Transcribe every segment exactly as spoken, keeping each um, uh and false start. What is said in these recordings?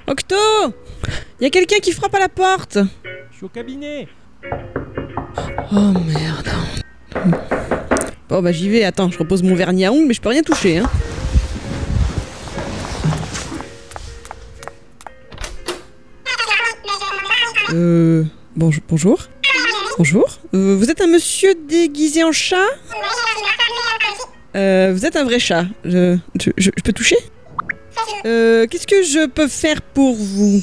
Octo! Y a quelqu'un qui frappe à la porte! Je suis au cabinet. Oh merde. Bon bah j'y vais, attends, je repose mon vernis à ongles, mais je peux rien toucher, hein. Euh... Bonjour. Bonjour. Bonjour. Euh, vous êtes un monsieur déguisé en chat? Euh, vous êtes un vrai chat. Je, je, je, je peux toucher? Euh, qu'est-ce que je peux faire pour vous?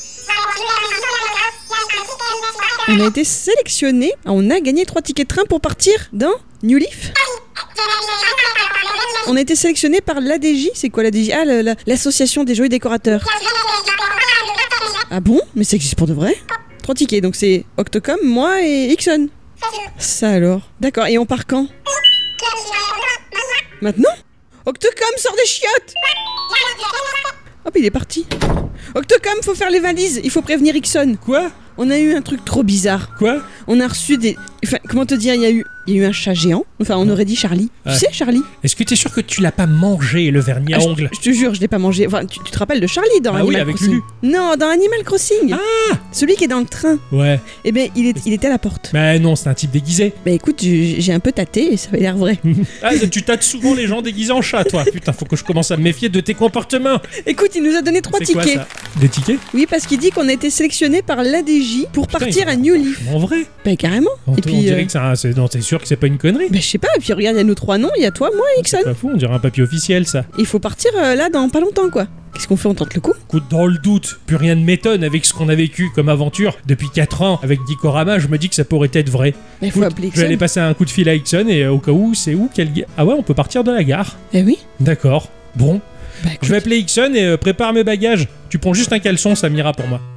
On a été sélectionné, on a gagné trois tickets de train pour partir dans New Leaf. On a été sélectionné par l'A D J, c'est quoi l'A D J? Ah, le, la, l'association des joyeux décorateurs. Ah bon? Mais ça existe pour de vrai? Trois tickets, donc c'est Octocom, moi et Ixon. Ça alors. D'accord, et on part quand? Maintenant? Octocom, sors des chiottes! Hop, il est parti. Octocom, faut faire les valises, il faut prévenir Ixon. Quoi? On a eu un truc trop bizarre. Quoi? On a reçu des... Enfin, comment te dire, il y a eu... Il y a eu un chat géant. Enfin, on aurait dit Charlie. Ouais. Tu sais, Charlie? Est-ce que t'es sûr que tu l'as pas mangé, le vernis à Ah, ongles? je, je te jure, je l'ai pas mangé. Enfin, tu, tu te rappelles de Charlie dans Ah Animal oui, avec Crossing? Lulu. Non, dans Animal Crossing. Ah! Celui qui est dans le train. Ouais. Eh ben, il, est, il était à la porte. Bah non, c'est un type déguisé. Bah écoute, j'ai j'ai un peu tâté et ça avait l'air vrai. Ah, tu tâtes souvent les gens déguisés en chat, toi. Putain, faut que je commence à me méfier de tes comportements. Écoute, il nous a donné trois C'est quoi, tickets. ça? Des tickets? Oui, parce qu'il dit qu'on a été sélectionné par l'A D J pour Putain, partir ils à sont New Leaf. En vrai? Bah carrément. On, Et te- on puis... dirait euh, que c'est un... c'est- Non, t'es sûr que c'est pas une connerie? bah je sais pas, et puis regarde, il y a nous trois noms, il y a toi, moi et Ixon. C'est pas fou, on dirait un papier officiel, ça. Il faut partir euh, là dans pas longtemps, quoi. Qu'est-ce qu'on fait? On tente le coup? Écoute, dans le doute, plus rien ne m'étonne avec ce qu'on a vécu comme aventure depuis quatre ans avec Dikorama, je me dis que ça pourrait être vrai. Mais il faut Écoute, appeler je vais aller Ixon. passer un coup de fil à Ixon et euh, au cas où, c'est où quel... ga- Ah ouais, on peut partir de la gare. Eh oui. D'accord. Bon, Bah écoute. je vais appeler Ixon et euh, prépare mes bagages. Tu prends juste un caleçon, ça m'ira pour moi.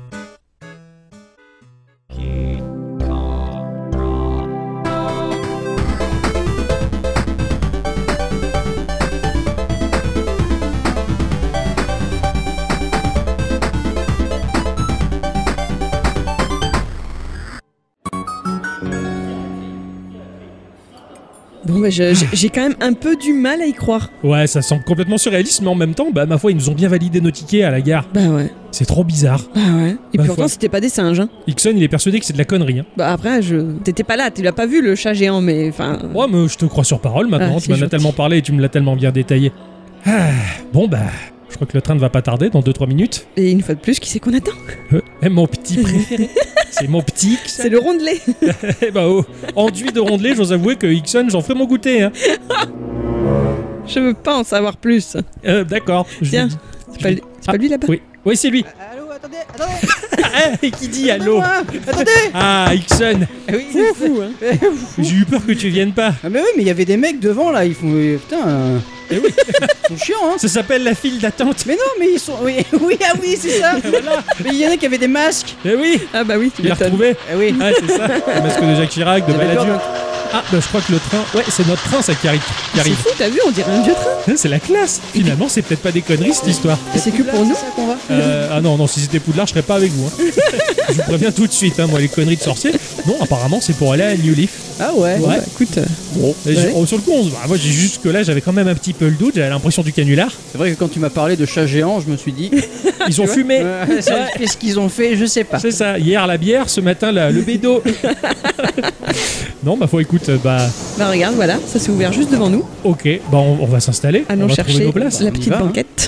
Bon bah je- j'ai j'ai quand même un peu du mal à y croire. Ouais, ça semble complètement surréaliste, mais en même temps, bah ma foi, ils nous ont bien validé nos tickets à la gare. Bah ouais. C'est trop bizarre. Bah ouais. Et Bah, puis pourtant faut- c'était pas des singes, hein. Ixon, il est persuadé que c'est de la connerie. Hein. Bah après, je... T'étais pas là, tu l'as pas vu le chat géant, mais enfin... Ouais, mais je te crois sur parole maintenant, Ah, tu c'est m'en as gentil. tellement parlé et tu me l'as tellement bien détaillé. Ah, bon bah, je crois que le train ne va pas tarder dans deux trois minutes. Et une fois de plus, qui c'est qu'on attend? Euh, eh, mon petit préféré. C'est mon petit Ixon. C'est le rondelet. Eh bah, oh, enduit de rondelet, j'ose avouer que Ixon, j'en ferai mon goûter. Hein. Je veux pas en savoir plus. Euh, D'accord. je Tiens, lui dis- C'est je pas, lui- lui- c'est pas lui là-bas? Oui, oui c'est lui. Allô, attendez, attendez, Ah, qui dit allô? attendez. Ah, Ixon. Oui, C'est fou, hein. J'ai eu peur que tu viennes pas. Ah mais oui, mais il y avait des mecs devant là, ils font euh, putain, euh, Eh oui, ils sont chiants hein. ça s'appelle la file d'attente. Mais non, mais ils sont oui, oui, ah oui, c'est ça. Voilà. Mais il y en a qui avaient des masques. Eh oui, Ah bah oui, tu tu l'as m'étonnes. retrouvé. Ah oui. Ah, c'est ça. Le masque de Jacques Chirac, de J'avais peur Balladur. Ah, bah je crois que le train... Ouais, c'est notre train, ça, qui arrive. Qui C'est arrive. fou, t'as vu, on dirait un vieux train. Hein, c'est la classe. Finalement, c'est peut-être pas des conneries, cette histoire. Et c'est que pour nous. C'est ça qu'on va. Euh, ah non, non, si c'était Poudlard, je serais pas avec vous. Hein. Je vous préviens tout de suite, hein, moi, les conneries de sorciers. Non, apparemment, c'est pour aller à New Leaf. Ah ouais. Bon, Ouais. bah écoute, euh, Bon, et j'ai- Ouais. oh, sur le coup, on se- bah, moi, j'ai jusque là, j'avais quand même un petit peu le doute, j'avais l'impression du canular. C'est vrai que quand tu m'as parlé de chat géant, je me suis dit. Ils ont fumé. euh, c'est- Qu'est-ce qu'ils ont fait? Je sais pas. C'est ça, hier la bière, ce matin la- le bédo. Non, bah faut écoute, euh, bah bah regarde, voilà, ça s'est ouvert juste devant nous. ok, bah on, on va s'installer, Allons on va trouver chercher nos places. la On y petite va, hein. banquette.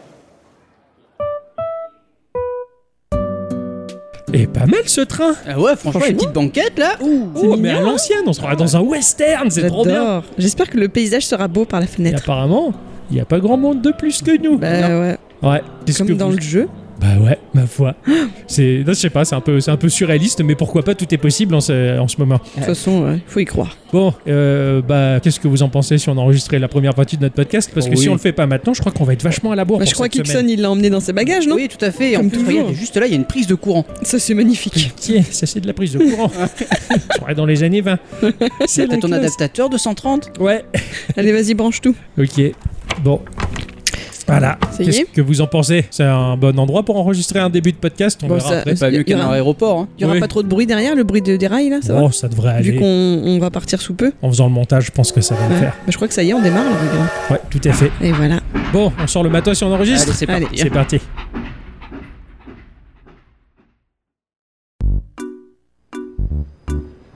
Et pas mal ce train. Ah ouais, franchement, les Franchement. petites banquettes là. Ouh. C'est Oh, mais à mignon, hein. l'ancienne, on sera dans un western, c'est trop bien. J'adore. J'espère que le paysage sera beau par la Et fenêtre. apparemment, il y a pas grand monde de plus que nous. Bah ouais, Ouais, qu'est-ce comme que dans vous- le jeu. Bah ouais, ma foi. C'est, non, je sais pas, c'est un peu, c'est un peu surréaliste, mais pourquoi pas, tout est possible en ce, en ce moment. De toute façon, ouais, faut y croire. Bon, euh, bah, qu'est-ce que vous en pensez si on enregistrait la première partie de notre podcast? Parce Oh que si oui. on le fait pas maintenant, je crois qu'on va être vachement à la bourre Bah, pour je crois cette semaine. qu'Ixon, il l'a emmené dans ses bagages, non? Oui, tout à fait. Et en Comme plus, toujours. regarde, juste là, il y a une prise de courant. Ça, c'est magnifique. Tiens, ça c'est de la prise de courant. Je crois dans les années vingt. C'est T'as la ton classe. adaptateur deux cent trente. Ouais. Allez, vas-y, branche tout. Ok. Bon. Voilà. Ça y Qu'est-ce est que vous en pensez? C'est un bon endroit pour enregistrer un début de podcast. On Bon, verra ça- après. Pas Y- mieux y qu'un aura- aéroport. Hein. Il y aura Oui. pas trop de bruit derrière, le bruit de, des rails là, ça Bon, va? ça devrait aller. Vu qu'on on va partir sous peu. En faisant le montage, je pense que ça va le Ouais. faire. Bah, je crois que ça y est, on démarre là, regarde. Ouais, tout à fait. Et voilà. Bon, on sort le matos et on enregistre. Allez, c'est Allez. parti. C'est parti.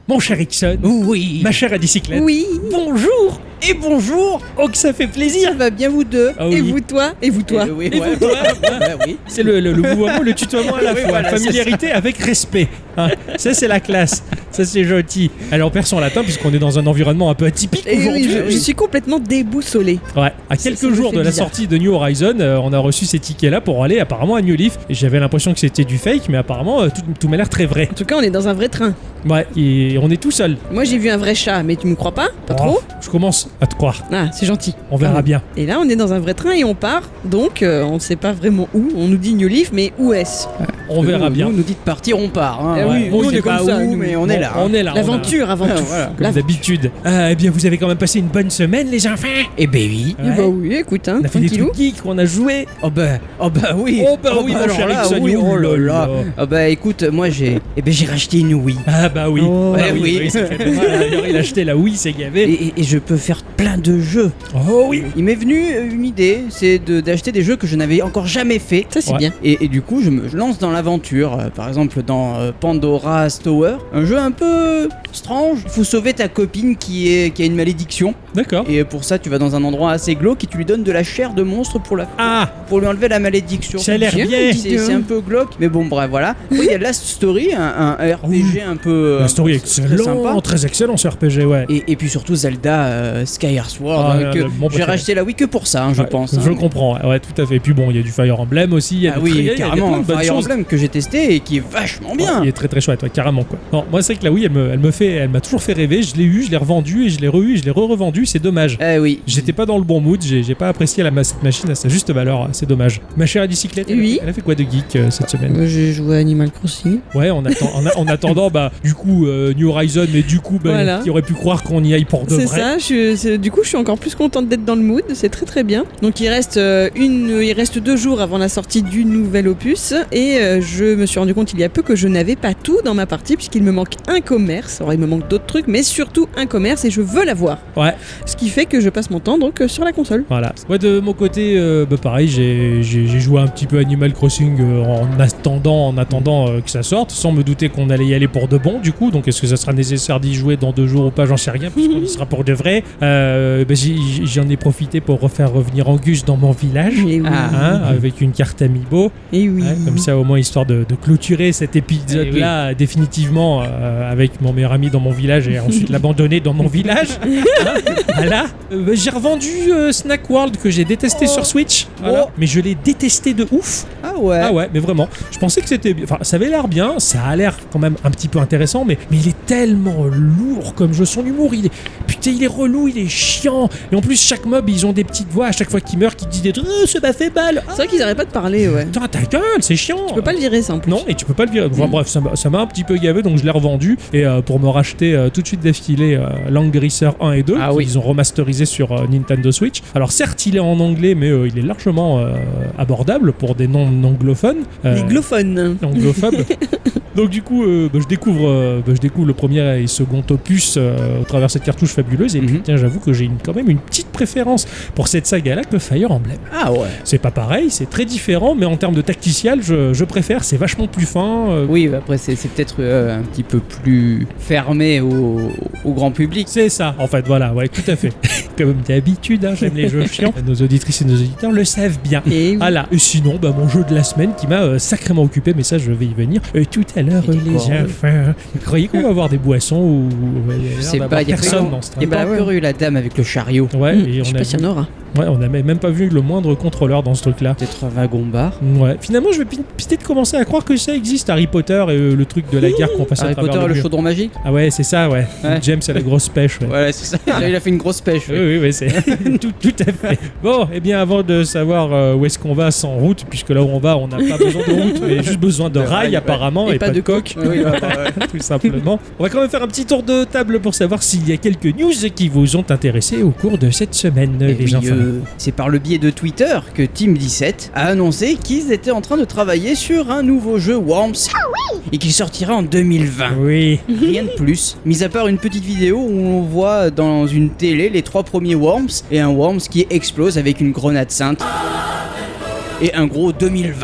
Mon cher Ixon, Oui. ma chère à bicyclette. Oui. Bonjour. Et bonjour. Oh, que ça fait plaisir. Ça va bien vous deux? Ah Et oui. vous, toi Et vous, toi Euh, oui, Et ouais, vous, toi ouais, ouais, oui. C'est le, le, le vouvoiement, le tutoiement à la Oui, fois. voilà, c'est Familiarité avec respect. Hein. Ça, c'est la classe. Ça, c'est gentil. Alors, on perd son latin puisqu'on est dans un environnement un peu atypique Eh oui, aujourd'hui. je, je suis complètement déboussolée. Ouais, à Ça- quelques ça me jours fait de la bizarre. sortie de New Horizon, euh, on a reçu ces tickets-là pour aller apparemment à New Leaf. Et j'avais l'impression que c'était du fake, mais apparemment, euh, tout, tout m'a l'air très vrai. En tout cas, on est dans un vrai train. Ouais, et on est tout seul. Moi, j'ai vu un vrai chat, mais tu me crois pas Pas Oh, trop Je commence à te croire. Ah, c'est gentil. On verra bien. Et là, on est dans un vrai train et on part. Donc, euh, on ne sait pas vraiment où. On nous dit New Leaf, mais où est-ce On verra Nous, bien. Nous, nous dites partir, on part. Hein. Eh Ouais, oui, bon, nous, on c'est est comme pas ça, où, nous. mais on Bon, est là. On est là. on a- L'aventure avant Ah, tout. voilà. Comme d'habitude. Ah, eh bien, vous avez quand même passé une bonne semaine, les enfants. Eh ben oui. Eh bah oui, écoute, hein, On a fait des tranquillou. trucs geeks, on a joué. Oh bah, oh bah oui. Oh bah oui, mon alors cher là, Ixon, oui, oh là là. là. Ah bah écoute, moi j'ai, eh ben j'ai racheté une Wii. Ah bah oui. Oh, Bah ouais, oui. ça fait mal. Alors, il a acheté la Wii, c'est Et, gavé. et- et je peux faire plein de jeux. Oh oui. Il m'est venu une idée, c'est de- d'acheter des jeux que je n'avais encore jamais fait. Ça, c'est Ouais. bien. Et, et du coup, je me je lance dans l'aventure. Euh, par exemple, dans euh, Pandora's Tower, un jeu un peu strange. Il faut sauver ta copine qui, est, qui a une malédiction. D'accord. Et pour ça, tu vas dans un endroit assez glauque et tu lui donnes de la chair de monstre pour, la, Ah, pour lui enlever la malédiction. ça a l'air bien, bien. dis- C'est c'est un peu glauque, mais bon, bref, voilà. Oui, il y a Last Story, un, un R P G un peu. La euh, story est très excellente, sympa. très excellent ce R P G, ouais. Et, et puis surtout Zelda euh, Skyward Sword. Ah, hein, ouais, que le- mon j'ai préféré. racheté la Wii que pour ça, hein, je Ouais, pense. Je hein. comprends, ouais, ouais, tout à fait. Et puis bon, il y a du Fire Emblem aussi. Il y a Ah des très- il y oui, a- il y a carrément, plein de bonnes Fire choses. Emblem que j'ai testé et qui est vachement Ouais, bien. il est très très chouette, ouais, carrément quoi. Non, moi c'est que la Wii, elle me, elle me fait, elle m'a toujours fait rêver. Je l'ai eu, je l'ai revendu et je l'ai re-eu, et je l'ai re-revendu. C'est dommage. Eh oui. J'étais pas dans le bon mood, j'ai j'ai pas apprécié la ma- cette machine à sa juste valeur, c'est dommage. Ma chère bicyclette, elle, a Oui. fait- elle a fait quoi de geek euh, cette semaine? Moi, j'ai joué à Animal Crossing. Ouais, en, atten- en, a- en attendant, bah, du coup, euh, New Horizon, mais du coup, bah, Voilà. qui aurait pu croire qu'on y aille pour de C'est vrai. ça, je, c'est- du coup je suis encore plus contente d'être dans le mood, c'est très très bien. Donc il reste, euh, une, il reste deux jours avant la sortie du nouvel opus et euh, je me suis rendu compte il y a peu que je n'avais pas tout dans ma partie puisqu'il me manque un commerce, alors il me manque d'autres trucs mais surtout un commerce et je veux l'avoir. Ouais, Ce qui fait que je passe mon temps donc euh, sur la console. voilà. Ouais, de mon côté, euh, bah, pareil, j'ai j'ai- j'ai joué un petit peu Animal Crossing euh, en attendant, en attendant euh, que ça sorte, sans me douter qu'on allait y aller pour de bon, du coup. Donc, est-ce que ça sera nécessaire d'y jouer dans deux jours ou pas? J'en sais rien, puisqu'on y sera pour de vrai. Euh, bah, j'ai- J'en ai profité pour refaire revenir Angus dans mon village. Et oui. Ah. Hein, avec une carte Amiibo. Et oui. Ouais, comme ça, au moins, histoire de, de clôturer cet épisode-là définitivement euh, avec mon meilleur ami dans mon village et ensuite l'abandonner dans mon village. Hein, voilà. Euh, bah, j'ai revendu euh, Snack World que j'ai détesté Oh. sur Switch. Voilà. Oh. Mais je l'ai détesté de ouf. Ah ouais. Ah ouais, mais vraiment. Je pensais que c'était. Enfin, ça avait l'air bien. Ça a l'air quand même un petit peu intéressant. Mais, mais il est tellement lourd comme jeu. Son humour, il est. Putain, il est relou, il est chiant. Et en plus, chaque mob, ils ont des petites voix à chaque fois qu'ils meurent qui disent des trucs. Oh, ça m'a fait mal. C'est vrai qu'ils arrêtent pas de parler, ouais. Putain, ta gueule, c'est chiant. Tu peux pas le virer ça en plus. Non, et tu peux pas le virer. Enfin, Mm. bref, ça m'a ça m'a un petit peu gavé, donc je l'ai revendu. Et euh, pour me racheter euh, tout de suite d'affilée euh, Langrisser un et deux, Ah qu'ils oui. ont remasterisé sur euh, Nintendo Switch. Alors certes, il est en anglais, mais euh, il est largement euh, abordable pour des non-anglophones. Euh, Les glophones. anglophobes. Donc du coup, euh, bah, je découvre, euh, bah, je découvre le premier et second opus euh, au travers de cette cartouche fabuleuse. Et Mhm. puis, tiens, j'avoue que j'ai une- quand même une petite préférence pour cette saga-là que Fire Emblem. Ah ouais. C'est pas pareil, c'est très différent, mais en termes de tacticiel, je, je préfère. C'est vachement plus fin. euh, Oui, bah après c'est c'est peut-être euh, un petit peu plus fermé au, au grand public. C'est ça, en fait, voilà, ouais, tout à fait. Comme d'habitude, hein, j'aime les jeux chiants. Nos auditrices et nos auditeurs le savent bien. Et oui. Voilà, et sinon, bah, mon jeu de la semaine qui m'a euh, sacrément occupé, mais ça, je vais y venir euh, tout à l'heure, Et euh, du les coup, enfants. Vous croyez qu'on va avoir des boissons ou. ou- il y a l'air Je sais d'avoir pas, il y a personne pas- dans ce train. Il n'y a Bah pas ouais. encore eu la dame avec le chariot. Ouais, Mmh, et je on sais a, pas s'il y en aura. ouais, on a même pas vu le moindre contrôleur dans ce truc-là. Peut-être un wagon bar. Ouais, finalement, je vais pi- peut-être commencer à croire que ça existe, Harry Potter et euh, le truc de la guerre qu'on passe à Harry travers Potter et le le mur. chaudron magique. Ah ouais, c'est ça, ouais. Ouais. James a la grosse pêche, ouais. Ouais, c'est ça. Là, il a fait une grosse pêche. Oui, ouais. oui, oui, c'est tout, tout à fait. Bon, et bien avant de savoir euh, où est-ce qu'on va sans route, puisque là où on va, on n'a pas besoin de route, mais juste besoin de De rails rails, ouais. apparemment, Et et, pas pas, de de coque, Ouais, oui, bah, bah, ouais. tout simplement. On va quand même faire un petit tour de table pour savoir s'il y a quelques news qui vous ont intéressé au cours de cette semaine, Et les oui, enfants. euh, c'est par le biais de Twitter que Team dix-sept a annoncé qu'ils étaient en train de travailler sur un nouveau jeu Worms et qu'il sortira en deux mille vingt. Oui, Rien de plus, mis à part une petite vidéo où on voit dans une télé les trois premiers Worms et un Worms qui explose avec une grenade sainte. Et un gros deux mille vingt.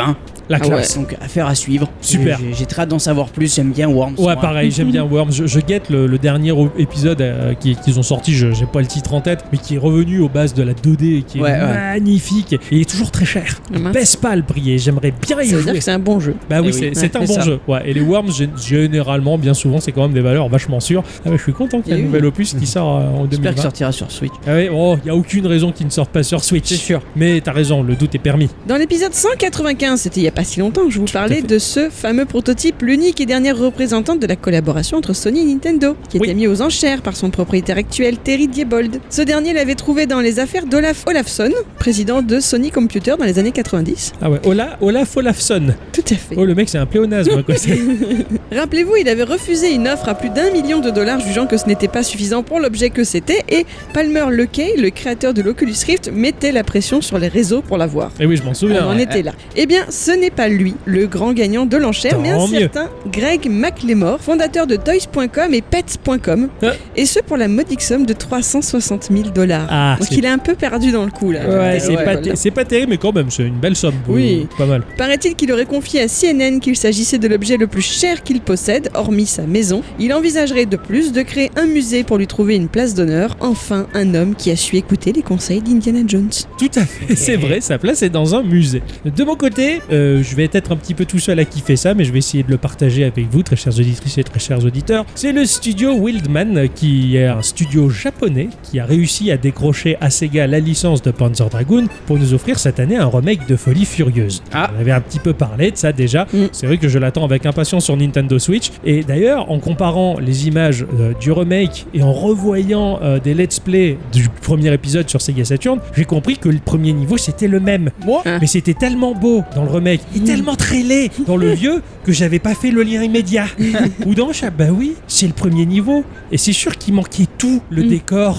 La Ah ouais, classe. donc affaire à suivre. Super. J'ai, j'ai très hâte d'en savoir plus, j'aime bien Worms. Ouais, moi. pareil, j'aime bien Worms. Je, je guette le, le dernier o- épisode euh, qui- qu'ils ont sorti, je, j'ai pas le titre en tête, mais qui est revenu aux bases de la deux D et qui est Ouais, ouais. magnifique. Et il est toujours très cher. Il Mince. baisse pas le prix et j'aimerais bien y Ça veut jouer. dire que c'est un bon jeu. Bah oui, Eh c'est, oui. c'est Ouais, un c'est bon ça. jeu. Ouais. Et les Worms, gé- généralement, bien souvent, c'est quand même des valeurs vachement sûres. Ah bah, je suis content qu'il y ait Et un oui. nouvel opus qui sort euh, en deux mille J'espère qu'il vingt. sortira sur Switch. Ah ouais, oh, il y a aucune raison qu'il ne sorte pas sur Switch. C'est sûr. Mais t'as raison, le doute est permis. Dans l'épisode cent quatre-vingt-quinze, c'était il y a pas si longtemps, je vous Tout à parlais fait. de ce fameux prototype, l'unique et dernière représentante de la collaboration entre Sony et Nintendo, qui Oui. était mis aux enchères par son propriétaire actuel, Terry Diebold. Ce dernier l'avait trouvé dans les affaires d'Olaf Olafsson, président de Sony Computer dans les années quatre-vingt-dix. Ah ouais, Ola, Olaf Olafsson. Tout à fait. Oh, le mec, c'est un pléonasme, quoi. C'est- Rappelez-vous, il avait refusé une offre à plus d'un million de dollars, jugeant que ce n'était pas suffisant pour l'objet que c'était, et Palmer Luckey, le créateur de l'Oculus Rift, mettait la pression sur les réseaux pour l'avoir. Eh oui, je m'en souviens. On en ouais. était là. Eh bien, ce n'est pas lui, le grand gagnant de l'enchère, mais un Tant mieux. certain Greg McLemore, fondateur de Toys point com et Pets point com, Ah. et ce pour la modique somme de trois cent soixante mille dollars. Ah, Donc c'est- il est un peu perdu dans le coup là. Ouais, Euh, c'est, ouais, pas, voilà. ter- c'est pas terrible, mais quand même, c'est une belle somme. Oui. Euh, Pas mal. Paraît-il qu'il aurait confié à C N N qu'il s'agissait de l'objet le plus cher qu'il possède, hormis sa maison. Il envisagerait de plus de créer un musée pour lui trouver une place d'honneur. Enfin, un homme qui a su écouter les conseils d'Indiana Jones. Tout à fait, c'est vrai, sa place est dans un musée. De mon côté, euh, je vais être un petit peu tout seul à kiffer ça, mais je vais essayer de le partager avec vous, très chères auditrices et très chers auditeurs. C'est le studio Wildman, qui est un studio japonais qui a réussi à décrocher à Sega la licence de Panzer Dragoon pour nous offrir cette année un remake de Folie Furieuse. Ah. On avait un petit peu parlé de ça déjà. Mm. C'est vrai que je l'attends avec impatience sur Nintendo Switch. Et d'ailleurs, en comparant les images euh, du remake et en revoyant euh, des let's play du premier épisode sur Sega Saturn, j'ai compris que le premier niveau c'était le même. Moi Ah. Mais c'était tellement beau dans le remake et tellement très laid dans le vieux que j'avais pas fait le lien immédiat. Ou dans Chap, bah oui, c'est le premier niveau. Et c'est sûr qu'il manquait tout, le Mm. décor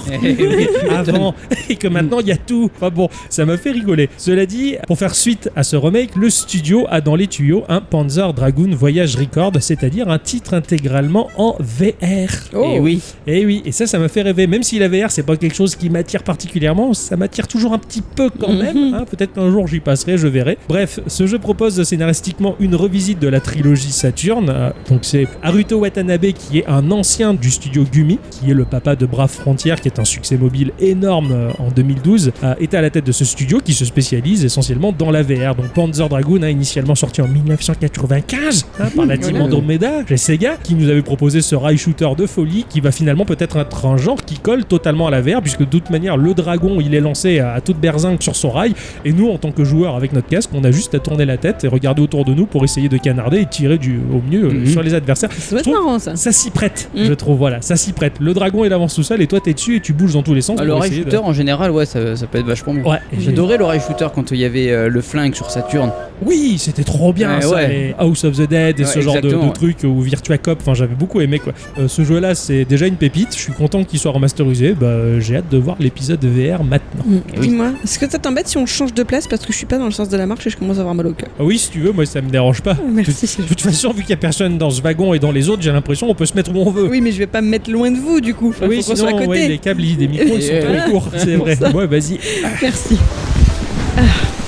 avant, et que maintenant il y a tout. Enfin bon, ça m'a fait rigoler. Cela dit, pour faire suite à ce remake, le studio a dans les tuyaux un Panzer Dragoon Voyage Record, c'est-à-dire un titre intégralement en V R. Oh. Et oui. Et oui, et ça, ça m'a fait rêver. Même si la V R, c'est pas quelque chose qui m'attire particulièrement, ça m'attire toujours un petit peu quand Mhm. même. hein. Peut-être qu'un jour j'y passerai, je verrai. Bref, ce jeu propose scénaristiquement une revisite de la trilogie Saturn. Euh, donc c'est Haruto Watanabe qui est un ancien du studio Gumi, qui est le papa de Brave Frontier, qui est un succès mobile énorme euh, en deux mille douze, euh, est à la tête de ce studio qui se spécialise essentiellement dans la V R. Donc Panzer Dragoon a initialement sorti en dix-neuf cent quatre-vingt-quinze hein, par la team Voilà. Andromeda chez Sega, qui nous avait proposé ce rail shooter de folie qui va finalement peut-être être un genre qui colle totalement à la V R, puisque de toute manière le dragon il est lancé à, à toute berzingue sur son rail, et nous en tant que joueurs avec notre casque on a juste à tourner la tête et regarder autour de nous pour essayer de canarder et tirer du, au mieux euh, Mhm. sur les adversaires. Ça doit être Je trouve- marrant ça. Ça s'y prête, Mm. je trouve, voilà, ça s'y prête. Le dragon il avance tout seul et toi t'es dessus et tu bouges dans tous les sens. Le pour rail essayer de- shooter en général, ouais, ça, ça peut être vachement bien. Ouais, et j'ai- J'adorais le rail shooter quand il y avait euh, le flingue sur Saturn. Oui, c'était trop bien Ouais, ça, ouais. les House of the Dead et Ouais, ce genre de, exactement, de ouais. trucs, ou Virtua Cop, enfin j'avais beaucoup aimé quoi. Euh, ce jeu là c'est déjà une pépite, je suis content qu'il soit remasterisé, bah, euh, j'ai hâte de voir l'épisode V R maintenant. Mm. Eh oui. Dis-moi, est-ce que ça t'embête si on change de place parce que je suis pas dans le sens de la marche et je commence à avoir mal au cœur? Ah oui si tu veux, moi ça me dérange pas. Oh, merci, De- c'est De toute façon vu qu'il y a personne dans ce wagon et dans les autres, j'ai l'impression on peut se mettre où on veut. Oui, mais je vais pas me mettre loin de vous du coup. Enfin, Oui, faut qu'on soit sinon à côté. ouais, les câbles ils- des micros ils sont Et trop voilà. courts, c'est vrai. pour ça. Ouais vas-y. Merci. Ah,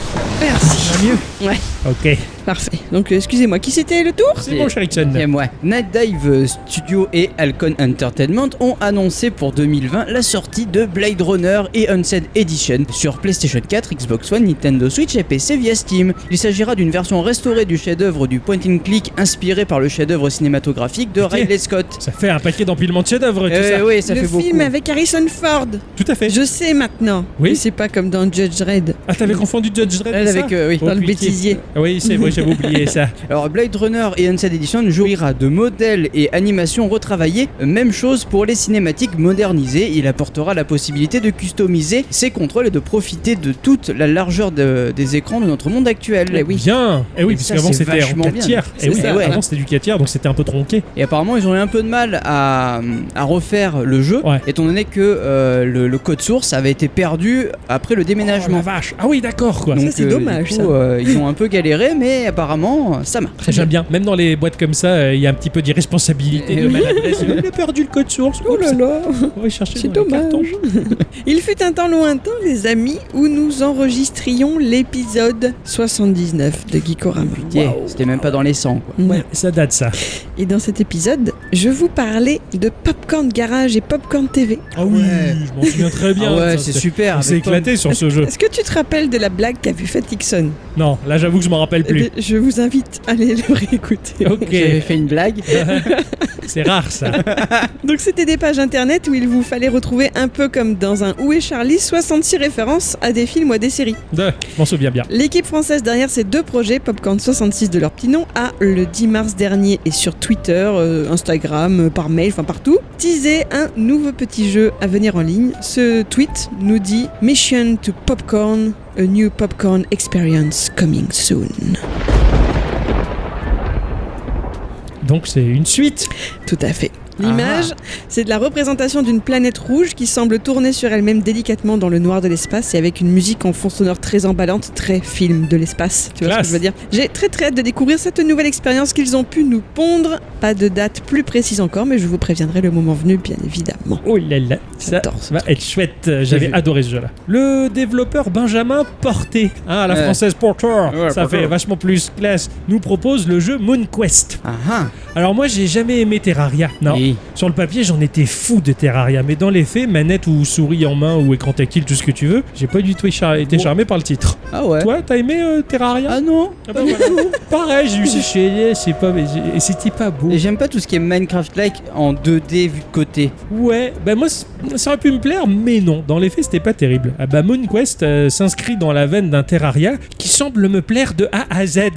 merci. Ça va mieux. Ouais. Ok. Parfait. Donc, euh, excusez-moi, qui c'était le tour? C'est bon Sherrickson. Et moi, Night Dive Studio et Alcon Entertainment ont annoncé pour deux mille vingt la sortie de Blade Runner et Unsaid Edition sur PlayStation quatre, Xbox One, Nintendo Switch et P C via Steam. Il s'agira d'une version restaurée du chef-d'œuvre du point and click inspiré par le chef-d'œuvre cinématographique de Ok. Ridley Scott. Ça fait un paquet d'empilements de chefs-d'œuvre tout Euh, ça. oui, ça le fait film beaucoup. avec Harrison Ford. Tout à fait. Je sais maintenant. Oui. Mais c'est pas comme dans Judge Dredd. Ah t'avais confondu Judge Dredd Elle et ça avec, euh, oui. Oh, Dans le putain. bêtisier. Ah oui c'est vrai, j'avais oublié ça. Alors Blade Runner et Unsaid Edition jouira de modèles et animations retravaillés. Même chose pour les cinématiques modernisées. Il apportera la possibilité de customiser ses contrôles et de profiter de toute la largeur de- des écrans de notre monde actuel. Eh oui. Bien. Eh oui, Et parce ça, qu'avant c'est c'était en vachement quatre bien. tiers. C'est Eh oui, ça, ouais. avant c'était du quatre tiers, donc c'était un peu tronqué. Et apparemment, ils ont eu un peu de mal à, à refaire le jeu, Ouais. étant donné que euh, le, le code source avait été perdu après le Oh, déménagement. la vache. Ah oui, d'accord quoi. Ça, c'est du dommage, coup, ça. euh, ils ont un peu galéré, mais apparemment, ça marche. J'aime bien. Même dans les boîtes comme ça, il y a un petit peu d'irresponsabilité, Et de oui. maladresse. Il a perdu le code source. Oh là là, On va chercher c'est dans les cartons. dommage. Il fut un temps lointain, les amis, où nous enregistrions l'épisode soixante-dix-neuf de Geekorama. Putain, c'était même pas dans les sangs, quoi. Ouais. Ça date, ça. Et dans cet épisode, je vous parlais de Popcorn Garage et Popcorn T V. Ah oui, Ouais. je m'en souviens très bien. Ah ouais, Ça, c'est c'était- super. On s'est avec Tom. éclaté sur ce jeu. Est-ce que tu te rappelles de la blague qu'avait faite Ixon? Non, là j'avoue que je m'en rappelle Eh plus. bien, je vous invite à aller le réécouter. Ok, J'avais fait une blague. c'est rare ça. Donc c'était des pages internet où il vous fallait retrouver un peu comme dans un Où est Charlie soixante-six références à des films ou à des séries. De, je m'en souviens bien. L'équipe française derrière ces deux projets, Popcorn soixante-six de leur petit nom, a le dix mars dernier et sur Twitter, euh, Instagram, euh, par mail, enfin partout, teasé un nouveau petit jeu à venir en ligne. Ce tweet nous dit « Mission to Popcorn, a new popcorn experience coming soon ». Donc c'est une suite. Tout à fait. L'image, Ah. c'est de la représentation d'une planète rouge qui semble tourner sur elle-même délicatement dans le noir de l'espace et avec une musique en fond sonore très emballante, très film de l'espace. Tu vois Classe. ce que je veux dire? J'ai très très hâte de découvrir cette nouvelle expérience qu'ils ont pu nous pondre. Pas de date plus précise encore, mais je vous préviendrai le moment venu, bien évidemment. Oh là là, ça J'adore va être chouette. J'avais vu. adoré ce jeu-là. Le développeur Benjamin Porté, hein, à la Ouais. française Porter, Ouais, ça Porter. fait vachement plus classe, nous propose le jeu Moon Quest. Ah ah. Alors moi j'ai jamais aimé Terraria. Non. Oui. Sur le papier, j'en étais fou de Terraria, mais dans les faits, manette ou souris en main ou écran tactile, tout ce que tu veux, j'ai pas du tout char- été Bon. charmé par le titre. Ah ouais. Toi, t'as aimé euh, Terraria? Ah non. Ah bah voilà. Pareil, j'ai eu ces chiens, c'est pas, mais j'ai- et c'était pas beau. Et j'aime pas tout ce qui est Minecraft-like en deux D vu de côté. Ouais, bah moi c- ça aurait pu me plaire, mais non. Dans les faits, c'était pas terrible. Ah bah Moon Quest euh, s'inscrit dans la veine d'un Terraria qui semble me plaire de A à Z.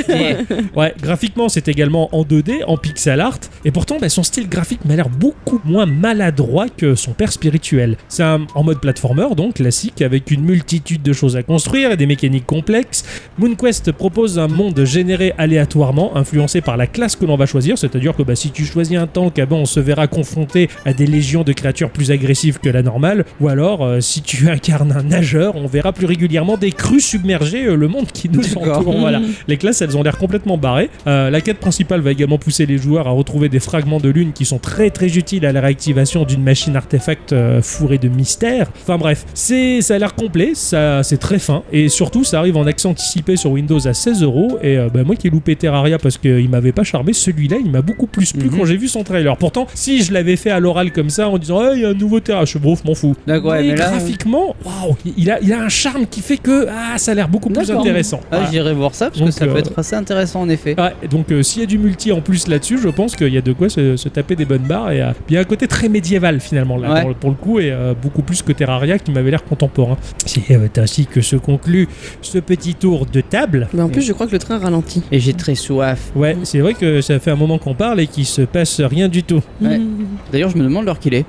Ouais, graphiquement, c'est également en deux D, en pixel art, et pourtant, bah, son style graphique m'a l'air beaucoup moins maladroit que son père spirituel. C'est un- en mode platformer, donc classique, avec une multitude de choses à construire et des mécaniques complexes. Moon Quest propose un monde généré aléatoirement, influencé par la classe que l'on va choisir, c'est-à-dire que bah, si tu choisis un tank, ah ben, on se verra confronté à des légions de créatures plus agressives que la normale, ou alors euh, si tu incarnes un nageur, on verra plus régulièrement des crues submerger euh, le monde qui nous D'accord. entoure. Voilà. Les classes, elles ont l'air complètement barrées. Euh, la quête principale va également pousser les joueurs à retrouver des fragments de lune qui sont très très utiles à la réactivation d'une machine artefact euh, fourrée de mystères. Enfin bref, c'est, ça a l'air complet, ça, c'est très fin, et surtout ça arrive en accès anticipé sur Windows à seize euros. Et euh, bah, moi qui ai loupé Terraria parce qu'il m'avait pas charmé, celui-là il m'a beaucoup plus plu Mhm. quand j'ai vu son trailer. Pourtant, si je l'avais fait à l'oral comme ça en disant il y a un nouveau Terra, je suis brouf, m'en fous. D'accord, ouais, mais, mais là- graphiquement, waouh, il a, il a un charme qui fait que ah, ça a l'air beaucoup plus D'accord. intéressant. Ah, Voilà. j'irai voir ça parce Donc, que ça euh, peut être assez intéressant en effet. Ouais, donc euh, s'il y a du multi en plus là-dessus, je pense qu'il y a de quoi se, se taper des bonnes barres. Et euh, il y a un côté très médiéval finalement là, Ouais. pour, pour le coup, et euh, beaucoup plus que Terraria qui m'avait l'air contemporain. C'est euh, ainsi que se conclut ce petit tour de table. Mais en plus, je crois que le train ralentit. Et j'ai très soif. Ouais, c'est vrai que ça fait un moment qu'on parle et qu'il se passe rien du tout. Ouais. Mmh. D'ailleurs, je me demande l'heure qu'il est.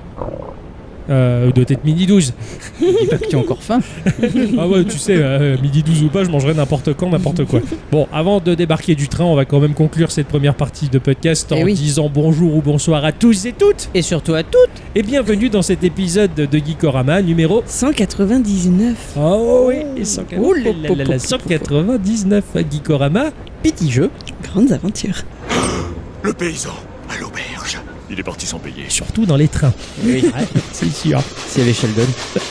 Euh, doit être midi douze. Dis pas que tu as encore faim. Ah ouais, tu sais, euh, midi douze ou pas, je mangerai n'importe quand, n'importe quoi. Bon, avant de débarquer du train, on va quand même conclure cette première partie de podcast en Eh oui. disant bonjour ou bonsoir à tous et toutes. Et surtout à toutes. Et bienvenue dans cet épisode de Geekorama numéro cent quatre-vingt-dix-neuf. oh oui, et cent Oh là là là là, cent quatre-vingt-dix-neuf à Geekorama. Petit jeu. Grandes aventures. Le paysan à l'auberge. Il est parti sans payer. Surtout dans les trains. Oui. Ouais, c'est sûr. S'il y avait Sheldon.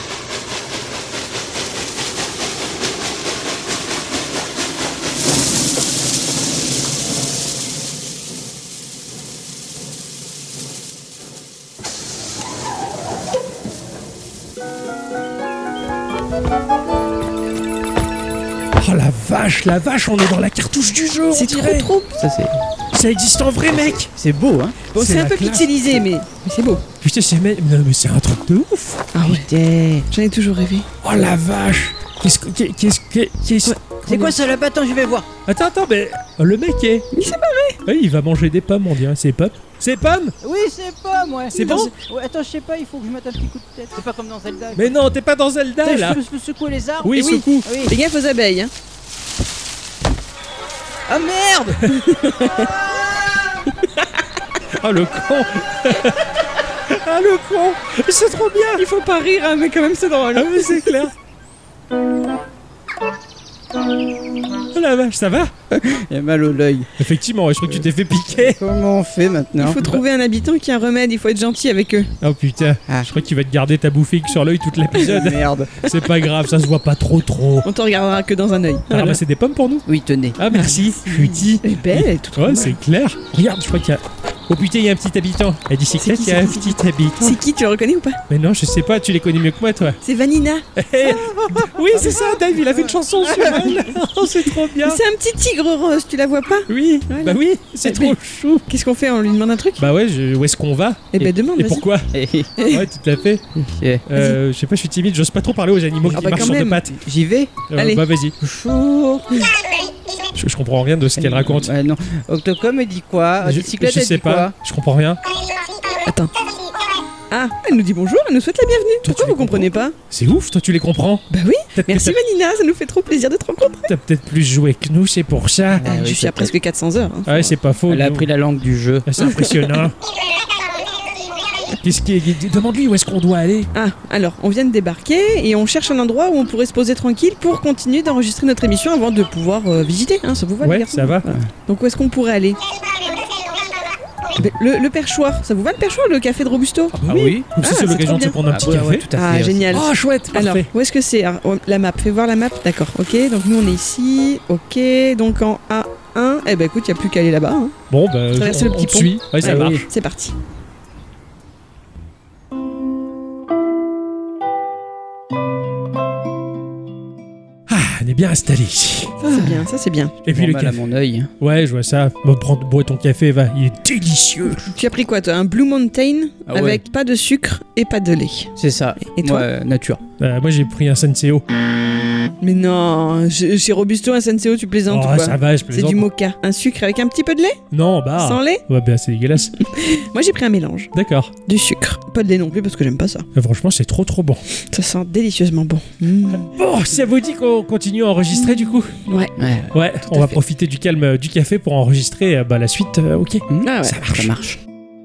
Oh la vache, la vache, on est dans la cartouche du jeu. on C'est trop dirait. trop. Ça c'est. Ça existe en vrai, mec. C'est beau, hein. Bon, C'est c'est un la peu classe. pixelisé, mais, mais c'est beau. Putain, c'est mais, non, mais c'est un truc de ouf. Ah ouais, Putain. j'en ai toujours rêvé. Oh la vache. Qu'est-ce que qu'est-ce que qu'est-ce C'est quoi ça là-bas? Attends, je vais voir. Attends, attends, mais oh, le mec est. Il s'est barré. Oui, il va manger des pommes, on dirait. C'est pommes. C'est pommes. Oui, c'est pas moi. C'est bon Ouais, attends, je sais pas, il faut que je mette un petit coup de tête. C'est pas comme dans Zelda. Mais non, t'es pas dans Zelda Putain, là. je, peux, je peux secouer les arbres. Oui, Eh oui. secoue. Ah oui. Fais gaffe aux abeilles, hein. Ah merde. Ah le con. Ah le con. C'est trop bien. Il faut pas rire, hein, mais quand même c'est drôle. Ah oui, c'est clair. Oh la vache, ça va? Il a mal au l'œil. Effectivement, ouais, je crois que tu t'es fait piquer. Comment on fait Il maintenant? faut trouver un habitant qui a un remède, il faut être gentil avec eux. Oh putain, Ah. je crois que tu vas te garder ta bouffée sur l'œil toute l'épisode. Merde. C'est pas grave, ça se voit pas trop trop. On t'en regardera que dans un œil. T'as ramassé des pommes pour nous? Oui, tenez. Ah merci, Futi. Elle est belle, elle est toute Ouais, ronde. c'est clair. Regarde, je crois qu'il y a... Oh putain, il y a un petit habitant. La bicyclette, C'est qui, il y a un c'est qui, petit habitant. C'est qui, tu le reconnais ou pas? Mais non, je sais pas, tu les connais mieux que moi, toi. C'est Vanina. Eh, oui, c'est ça, Dave, il a fait une chanson sur elle. Oh, c'est trop bien. C'est un petit tigre rose, tu la vois pas? Oui, Voilà. bah oui, c'est Mais- trop chou. Qu'est-ce qu'on fait? On lui demande un truc? Bah ouais, je- où est-ce qu'on va? Eh ben, demande, Et vas-y. pourquoi? Eh, Ouais, tout à fait. eh, Euh, je sais pas, je suis timide, j'ose pas trop parler aux animaux Ah qui bah, marchent quand sur deux même. pattes. J'y vais. Euh, Allez. Bah vas-y. Bonjour. Je, je comprends rien de ce qu'elle raconte. Ouais, non. Octocom, elle dit quoi? je, Bicyclette, je elle sais dit pas, quoi? je comprends rien. Attends. Ah, elle nous dit bonjour, elle nous souhaite la bienvenue. Pourquoi tu vous les comprenez pas? C'est ouf, toi tu les comprends. Bah oui. Peut-être que Merci t'as- Vanina, ça nous fait trop plaisir de te rencontrer. t'as peut-être plus joué que nous, c'est pour ça. Ah oui, je suis à peut-être. presque quatre cents heures. hein. Ouais, c'est pas faux. Elle a nous. appris la langue du jeu. Ah, c'est impressionnant. Qu'est-ce qui est... Demande-lui où est-ce qu'on doit aller. Ah, alors, on vient de débarquer et on cherche un endroit où on pourrait se poser tranquille pour continuer d'enregistrer notre émission avant de pouvoir euh, visiter. Hein, ça vous va, les Ouais, garçons ça va. Voilà. Donc, où est-ce qu'on pourrait aller? Le, le perchoir, ça vous va le perchoir, le café de Robusto? Ah oui. Comme ça, Ah, c'est c'est l'occasion trop de se bien. prendre un Ah petit ouais, café. ouais, tout à Ah, fait. génial. Oh, chouette, Alors, parfait. où est-ce que c'est? Alors, oh, la map, fais voir la map. D'accord, ok. Donc, nous, on est ici. Ok, donc en A un. Eh ben, écoute, il n'y a plus qu'à aller là-bas. hein. Bon, bah, Traverser on, le petit on te pont. suit. Ouais, ça Allez, marche. C'est parti. Ah, on est bien installé ici. Ça, c'est bien, ça, c'est bien. Et puis Bon, le mal à café. mon œil. Ouais, je vois ça. Bon, prends, bois ton café, va. Il est délicieux. Tu as pris quoi, toi? Un Blue Mountain Ah ouais. avec pas de sucre et pas de lait. C'est ça. Et toi? Ouais, nature. Euh, moi, j'ai pris un Senseo. Mais non, chez chez Robusto, un Senseo, tu plaisantes Oh, ou quoi? ça va, je C'est plaisante. du mocha. Un sucre avec un petit peu de lait? Non, bah. Sans lait? Ouais, bah, c'est dégueulasse. Moi, j'ai pris un mélange. D'accord. Du sucre. Pas de lait non plus parce que j'aime pas ça. Euh, franchement, c'est trop trop bon. Ça sent délicieusement bon. Mmh. Bon, ça vous dit qu'on continue à enregistrer du coup? Ouais. Ouais. Ouais, on à va fait. profiter du calme euh, du café pour enregistrer euh, bah, la suite. euh, ok. Ah ouais. Ça marche. Ça marche.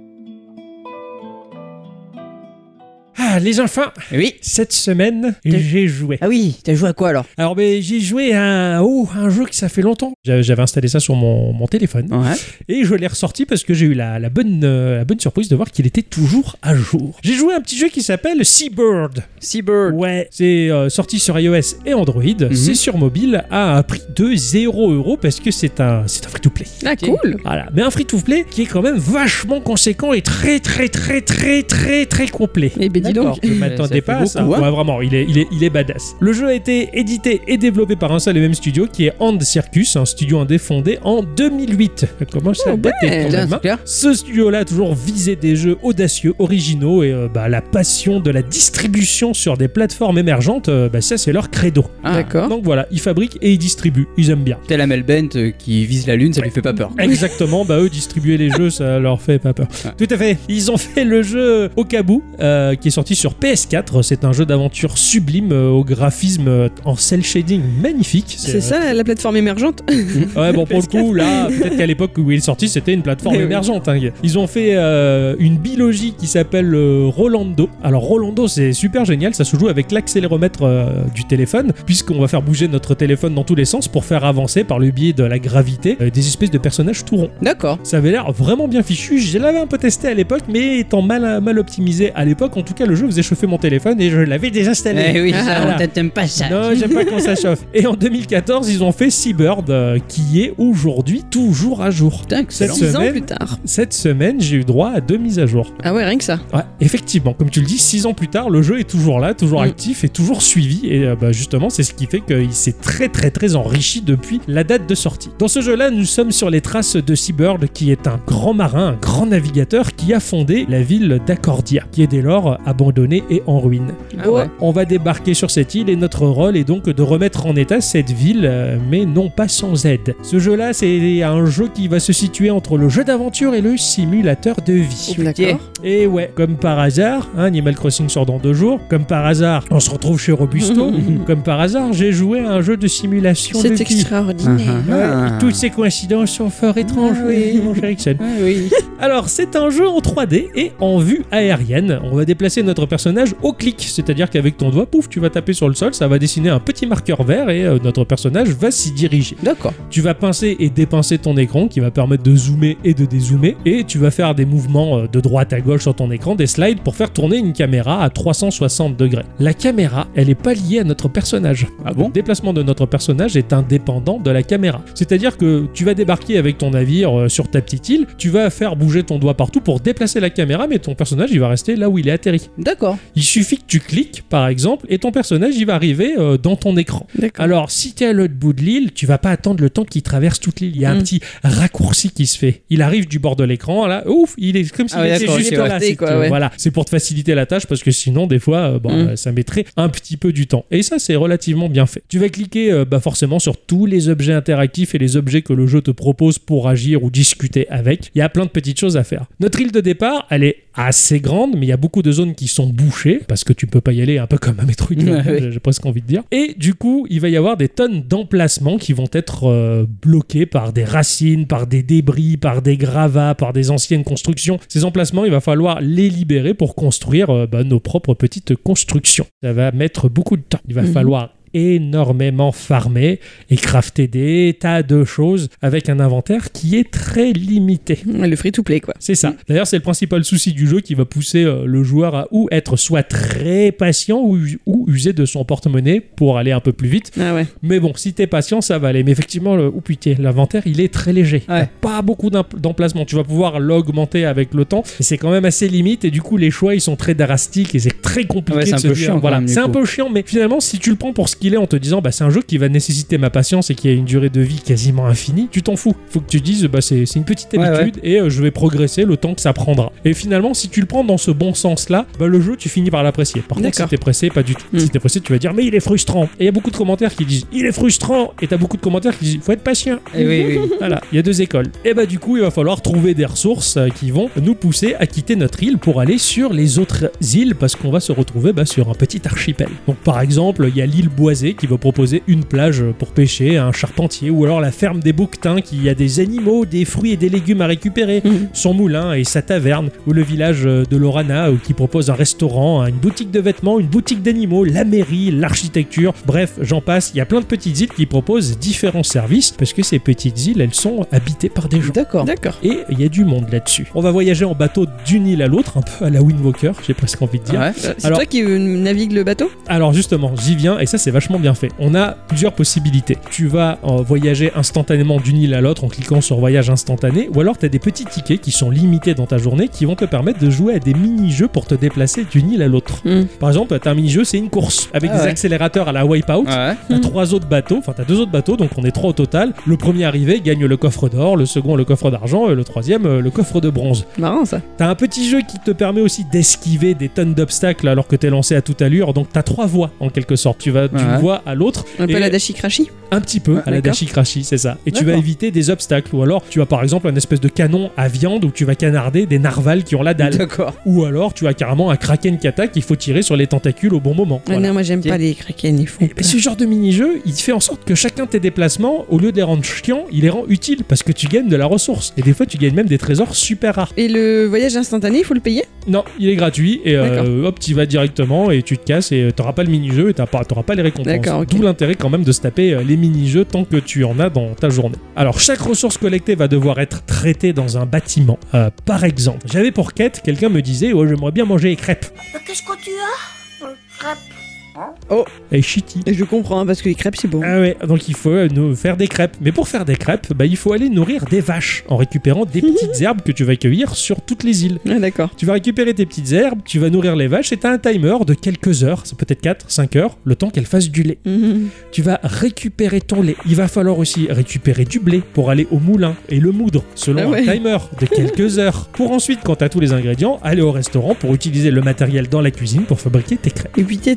Ah, les enfants, Oui. cette semaine, T'as- j'ai joué. Ah oui, t'as joué à quoi alors? Alors, ben, j'ai joué à un, oh, un jeu que ça fait longtemps. J'avais j'avais installé ça sur mon, mon téléphone. Ouais. Et je l'ai ressorti parce que j'ai eu la, la, bonne, euh, la bonne surprise de voir qu'il était toujours à jour. J'ai joué à un petit jeu qui s'appelle Seabird. Seabird. Ouais, c'est euh, sorti sur iOS et Android. Mhm. C'est sur mobile à un prix de zéro euro parce que c'est un, c'est un free-to-play. Ah, cool. Voilà, mais un free-to-play qui est quand même vachement conséquent et très très très très très très complet. Eh ben, dis D'accord. donc. Je Ça m'attendais fait pas à ça. beaucoup, hein. Ouais, vraiment, il est, il, est, il est badass. Le jeu a été édité et développé par un seul et même studio qui est Hand Circus, un studio indé fondé en deux mille huit. Ça commence à Oh, dater ouais. quand Putain, même, hein. c'est clair. Ce studio-là a toujours visé des jeux audacieux, originaux et euh, bah, la passion de la distribution sur des plateformes émergentes, euh, bah, ça c'est leur credo. Ah. D'accord. Donc voilà, ils fabriquent et ils distribuent, ils aiment bien. Tel Amel Bent euh, qui vise la lune, ça lui fait pas peur. Exactement, bah eux distribuer les jeux ça leur fait pas peur. Ouais. Tout à fait. Ils ont fait le jeu Okabu euh, qui est sorti sur P S quatre. C'est un jeu d'aventure sublime euh, au graphisme euh, en cel shading magnifique. C'est euh, ça la, la plateforme émergente? Ouais, bon, pour le coup, là, peut-être qu'à l'époque où il est sorti, c'était une plateforme Eh oui. émergente. hein. Ils ont fait euh, une bilogie qui s'appelle euh, Rolando. Alors, Rolando, c'est super génial. Ça se joue avec l'accéléromètre euh, du téléphone, puisqu'on va faire bouger notre téléphone dans tous les sens pour faire avancer par le biais de la gravité euh, des espèces de personnages tout ronds. D'accord. Ça avait l'air vraiment bien fichu. Je l'avais un peu testé à l'époque, mais étant mal, mal optimisé à l'époque, en tout cas, le jeu faisait chauffer mon téléphone et je l'avais désinstallé. Eh oui, Ah, ça, voilà. on t'aime pas ça. Non, j'aime pas quand ça chauffe. Et en deux mille quatorze, ils ont fait Seabird, euh, qui est aujourd'hui toujours à jour. Putain, Cette excellent. Six ans semaine- plus tard. Cette semaine, j'ai eu droit à deux mises à jour. Ah ouais, rien que ça. Ouais, effectivement, comme tu le dis, six ans plus tard, le jeu est toujours là, toujours Mm. actif et toujours suivi. Et euh, bah, justement, c'est ce qui fait qu'il s'est très très très enrichi depuis la date de sortie. Dans ce jeu-là, nous sommes sur les traces de Seabird, qui est un grand marin, un grand navigateur qui a fondé la ville d'Accordia, qui est dès lors abandonnée et en ruine. Ah ouais. On va débarquer sur cette île et notre rôle est donc de remettre en état cette ville, euh, mais non pas sans aide. Ce jeu-là, c'est un jeu qui va se situer entre le jeu d'aventure et le simulateur de vie. D'accord. Et ouais, comme par hasard, hein, Animal Crossing sort dans deux jours, comme par hasard, on se retrouve chez Robusto, comme par hasard, j'ai joué à un jeu de simulation de C'est vie. extraordinaire. Ah, Ouais, ah. toutes ces coïncidences sont fort étranges, Ah oui. mon cher Ixon. Ah oui. Alors, c'est un jeu en trois D et en vue aérienne. On va déplacer notre personnage au clic, c'est-à-dire qu'avec ton doigt, pouf, tu vas taper sur le sol, ça va dessiner un petit marqueur vert et euh, notre personnage va s'y diriger. D'accord. Tu vas pincer et dépincer ton écran qui va permettre de zoomer et de dézoomer et tu vas faire des mouvements euh, de droite à gauche sur ton écran, des slides pour faire tourner une caméra à trois cent soixante degrés. La caméra, elle est pas liée à notre personnage. Ah bon ? Le déplacement de notre personnage est indépendant de la caméra. C'est-à-dire que tu vas débarquer avec ton navire euh, sur ta petite île, tu vas faire bouger ton doigt partout pour déplacer la caméra, mais ton personnage il va rester là où il est atterri. D'accord. Il suffit que tu cliques par exemple et ton personnage il va arriver euh, dans ton écran. D'accord. Alors si tu es à l'autre bout de l'île, tu vas pas attendre le temps qu'il traverse toute l'île. Il y a Mm. un petit raccourci qui se fait. Il arrive du bord de l'écran, là, ouf, il est comme s'il Ah ouais, était d'accord, juste ok, là. ouais. si Quoi, tu veux. ouais. Voilà, c'est pour te faciliter la tâche parce que sinon des fois, euh, bon, Mm. euh, ça mettrait un petit peu du temps. Et ça c'est relativement bien fait. Tu vas cliquer euh, bah, forcément sur tous les objets interactifs et les objets que le jeu te propose pour agir ou discuter avec. Il y a plein de petites choses à faire. Notre île de départ, elle est assez grande, mais il y a beaucoup de zones qui sont bouchées parce que tu peux pas y aller, un peu comme un Metroid, Ouais, ouais. j'ai presque envie de dire. Et du coup, il va y avoir des tonnes d'emplacements qui vont être euh, bloqués par des racines, par des débris, par des gravats, par des anciennes constructions. Ces emplacements, il va falloir les libérer pour construire euh, bah, nos propres petites constructions. Ça va mettre beaucoup de temps. Il va Mhm. falloir énormément farmer et crafter des tas de choses avec un inventaire qui est très limité. Ouais, le free-to-play, quoi. C'est ça. D'ailleurs, c'est le principal souci du jeu qui va pousser euh, le joueur à ou être soit très patient ou, ou user de son porte-monnaie pour aller un peu plus vite. Ah ouais. Mais bon, si t'es patient, ça va aller. Mais effectivement, le, oh putain, l'inventaire, il est très léger. Ouais. T'as pas beaucoup d'em- d'emplacements. Tu vas pouvoir l'augmenter avec le temps. Mais c'est quand même assez limite. Et du coup, les choix, ils sont très drastiques et c'est très compliqué Ouais, c'est de un se peu dire- chiant quand Voilà, même, du c'est un coup. peu chiant. Mais finalement, si tu le prends pour ce qu'il est en te disant, bah, c'est un jeu qui va nécessiter ma patience et qui a une durée de vie quasiment infinie, tu t'en fous. Faut que tu dises, bah, c'est c'est une petite Ouais, habitude et euh, je vais progresser le temps que ça prendra. Et finalement, si tu le prends dans ce bon sens-là, bah, le jeu, tu finis par l'apprécier. Par contre, si D'accord. t'es pressé, pas du tout. Mm. Si t'es pressé, tu vas dire, mais il est frustrant. Et il y a beaucoup de commentaires qui disent, il est frustrant. Et t'as beaucoup de commentaires qui disent, faut être patient. Et oui, oui. Voilà, il y a deux écoles. Et bah du coup, il va falloir trouver des ressources euh, qui vont nous pousser à quitter notre île pour aller sur les autres îles parce qu'on va se retrouver bah, sur un petit archipel. Donc par exemple, il y a l'île Boisée qui va proposer une plage pour pêcher, un charpentier, ou alors la ferme des Bouquetins qui a des animaux, des fruits et des légumes à récupérer, Mhm. son moulin et sa taverne, ou le village de Lorana euh, qui propose un restaurant, une boutique de vêtements, une boutique d'animaux, la mairie, l'architecture, bref, j'en passe. Il y a plein de petites îles qui proposent différents services parce que ces petites îles, elles sont habitées par des gens. D'accord. D'accord. Et il y a du monde là-dessus. On va voyager en bateau d'une île à l'autre, un peu à la Wind Walker, j'ai presque envie de dire. Ouais. Euh, C'est Alors- toi qui euh, navigue le bateau? Alors justement, j'y viens et ça c'est vachement bien fait. On a plusieurs possibilités. Tu vas euh, voyager instantanément d'une île à l'autre en cliquant sur voyage instantané, ou alors tu as des petits tickets qui sont limités dans ta journée qui vont te permettre de jouer à des mini-jeux pour te déplacer d'une île à l'autre. Hmm. Par exemple, tu as un mini-jeu, c'est une course avec Ah des ouais. accélérateurs à la Wipeout. Ouais. T'as Mm. trois autres bateaux, enfin t'as deux autres bateaux, donc on est trois au total. Le premier arrivé gagne le coffre d'or, le second le coffre d'argent et le troisième euh, le coffre de bronze. Marrant, ça. T'as un petit jeu qui te permet aussi d'esquiver des tonnes d'obstacles alors que t'es lancé à toute allure, donc t'as trois voies en quelque sorte. Tu vas d'une Ouais. voie à l'autre. Un peu et la Dashi Crashi. un petit peu à la D'accord. Dashi Crashi, c'est ça. Et tu vas D'accord. éviter des obstacles, ou alors tu as par exemple un espèce de canon à viande où tu vas canarder des narvals qui ont la dalle. D'accord. Ou alors tu as carrément un kraken qui attaque, il faut tirer sur les tentacules au bon moment. Ah Voilà. non, moi j'aime Ok. pas les kraken, ils font. Mais ce genre de mini-jeu, il fait en sorte que chacun de tes déplacements, au lieu de les rendre chiants, il les rend utiles parce que tu gagnes de la ressource. Et des fois, tu gagnes même des trésors super rares. Et le voyage instantané, il faut le payer? Non, il est gratuit et euh, D'accord. hop, tu y vas directement et tu te casses et t'auras pas le mini-jeu et t'as pas, t'auras pas les récompenses. D'accord, ok. D'où l'intérêt quand même de se taper euh, les mini-jeux tant que tu en as dans ta journée. Alors, chaque ressource collectée va devoir être traitée dans un bâtiment. Euh, par exemple, j'avais pour quête, quelqu'un me disait, oh, j'aimerais bien manger les crêpes. Qu'est-ce que tu as Crêpe. Et shitty. Et je comprends, hein, parce que les crêpes, c'est bon. Ah ouais, donc il faut euh, nous faire des crêpes. Mais pour faire des crêpes, bah, il faut aller nourrir des vaches en récupérant des petites herbes que tu vas cueillir sur toutes les îles. Ah, d'accord. Tu vas récupérer tes petites herbes, tu vas nourrir les vaches et tu as un timer de quelques heures, c'est peut-être quatre, cinq heures, le temps qu'elles fassent du lait. Mhm. Tu vas récupérer ton lait. Il va falloir aussi récupérer du blé pour aller au moulin et le moudre selon Ah ouais. un timer de quelques heures. Pour ensuite, quand tu as tous les ingrédients, aller au restaurant pour utiliser le matériel dans la cuisine pour fabriquer tes crêpes. Et puis t'as intérêt de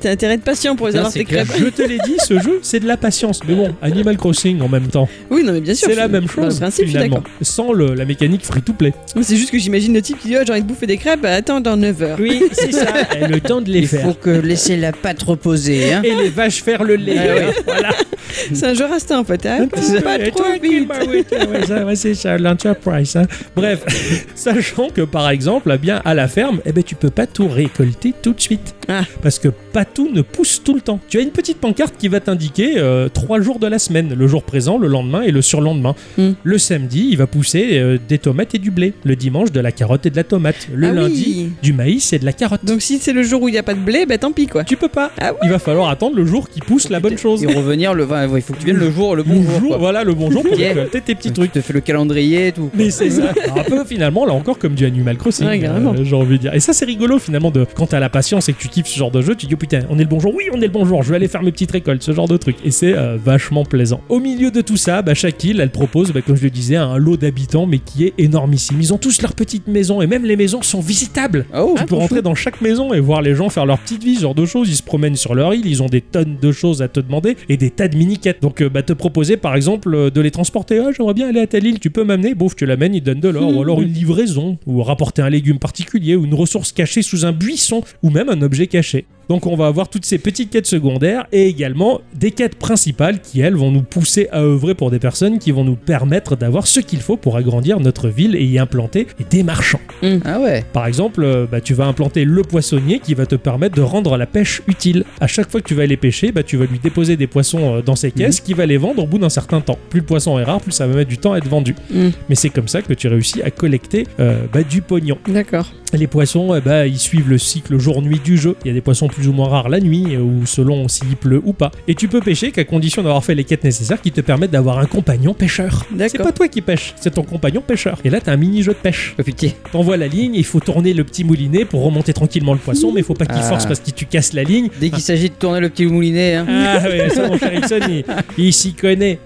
patient pour les Ça, avoir c'est tes clair. crêpes. Je te l'ai dit, ce jeu, c'est de la patience. Mais bon, Animal Crossing en même temps, Oui, non, mais bien sûr. c'est je- la même dans chose le principe, je suis finalement. d'accord. Sans le, la mécanique free-to-play. C'est juste que j'imagine le type qui dit oh, j'ai envie de bouffer des crêpes, bah, attends dans neuf heures. Oui, c'est ça. Et le temps de les Il faire. faut que laisser la pâte reposer. Hein. Et les vaches faire le lait. Ah ouais. Voilà. C'est un jeu Rasta en fait. Hein. Pas Et trop toi, qui vite. m'a- oui, ouais, ça, ouais, c'est ça, l'Enterprise. Hein. Bref, sachant que par exemple, eh bien, à la ferme, eh ben, tu peux pas tout récolter tout de suite. Ah. Parce que pas tout ne pousse tout le temps. Tu as une petite pancarte qui va t'indiquer euh, trois jours de la semaine, le jour présent, le lendemain et le surlendemain. Hmm. Le samedi, il va pousser euh, des tomates et du blé. Le dimanche, de la carotte et de la tomate. Le Ah lundi, oui. du maïs et de la carotte. Donc si c'est le jour où il n'y a pas de blé, bah tant pis quoi. Tu peux pas. Ah ouais. Il va falloir attendre le jour qui pousse la bonne chose. Et revenir le. Enfin, il faut que tu viennes le jour, le bon Le jour. jour, quoi. voilà, le bon jour pour Yeah. récolter tes petits Tu trucs. te fais le calendrier et tout. Mais c'est ça. Un peu finalement, là encore, comme du Animal Crossing, Ouais, carrément. euh, j'ai envie de dire. Et ça, c'est rigolo finalement, de quand t'as la patience et que tu kiffes ce genre de jeu, tu dis oh putain, on est le bon jour, oui, on est le bon jour, je vais aller faire mes petites récoltes, ce genre de truc. Et c'est euh, vachement plaisant. Au milieu de tout ça, bah, chaque île, elle propose, bah, comme je le disais, un lot d'habitants, mais qui est énormissime. Ils ont tous leurs petites maisons et même les maisons sont visitables. Oh, Tu peux rentrer dans chaque maison et voir les gens faire leur petite vie, ce genre de choses. Ils se promènent sur leur île, ils ont des tonnes de choses à te demander et des tas de mini-quêtes. Donc, euh, bah, te proposer par exemple euh, de les transporter. Ah, j'aimerais bien aller à telle île, tu peux m'amener. Bouf, tu l'amènes, ils te donnent de l'or. Ou alors une livraison, ou rapporter un légume particulier, ou une ressource cachée sous un buisson, ou même un objet caché. Donc on va avoir toutes ces petites quêtes secondaires et également des quêtes principales qui, elles, vont nous pousser à œuvrer pour des personnes qui vont nous permettre d'avoir ce qu'il faut pour agrandir notre ville et y implanter des marchands. Ah ouais. Par exemple, euh, bah, tu vas implanter le poissonnier qui va te permettre de rendre la pêche utile. À chaque fois que tu vas aller pêcher, bah, tu vas lui déposer des poissons euh, dans ses caisses qui va les vendre au bout d'un certain temps. Plus le poisson est rare, plus ça va mettre du temps à être vendu. Mm. Mais c'est comme ça que tu réussis à collecter euh, bah, du pognon. D'accord. Les poissons, eh ben, ils suivent le cycle jour-nuit du jeu. Il y a des poissons plus ou moins rares la nuit, euh, ou selon s'il pleut ou pas. Et tu peux pêcher qu'à condition d'avoir fait les quêtes nécessaires qui te permettent d'avoir un compagnon pêcheur. D'accord. C'est pas toi qui pêches, c'est ton compagnon pêcheur. Et là, t'as un mini-jeu de pêche. Oh putain. T'envoies la ligne, il faut tourner le petit moulinet pour remonter tranquillement le poisson, mais il faut pas qu'il Ah. force parce que tu casses la ligne. Dès qu'il s'agit de tourner le petit moulinet, hein. Ah ouais, ça mon cher Ixon, il, il s'y connaît.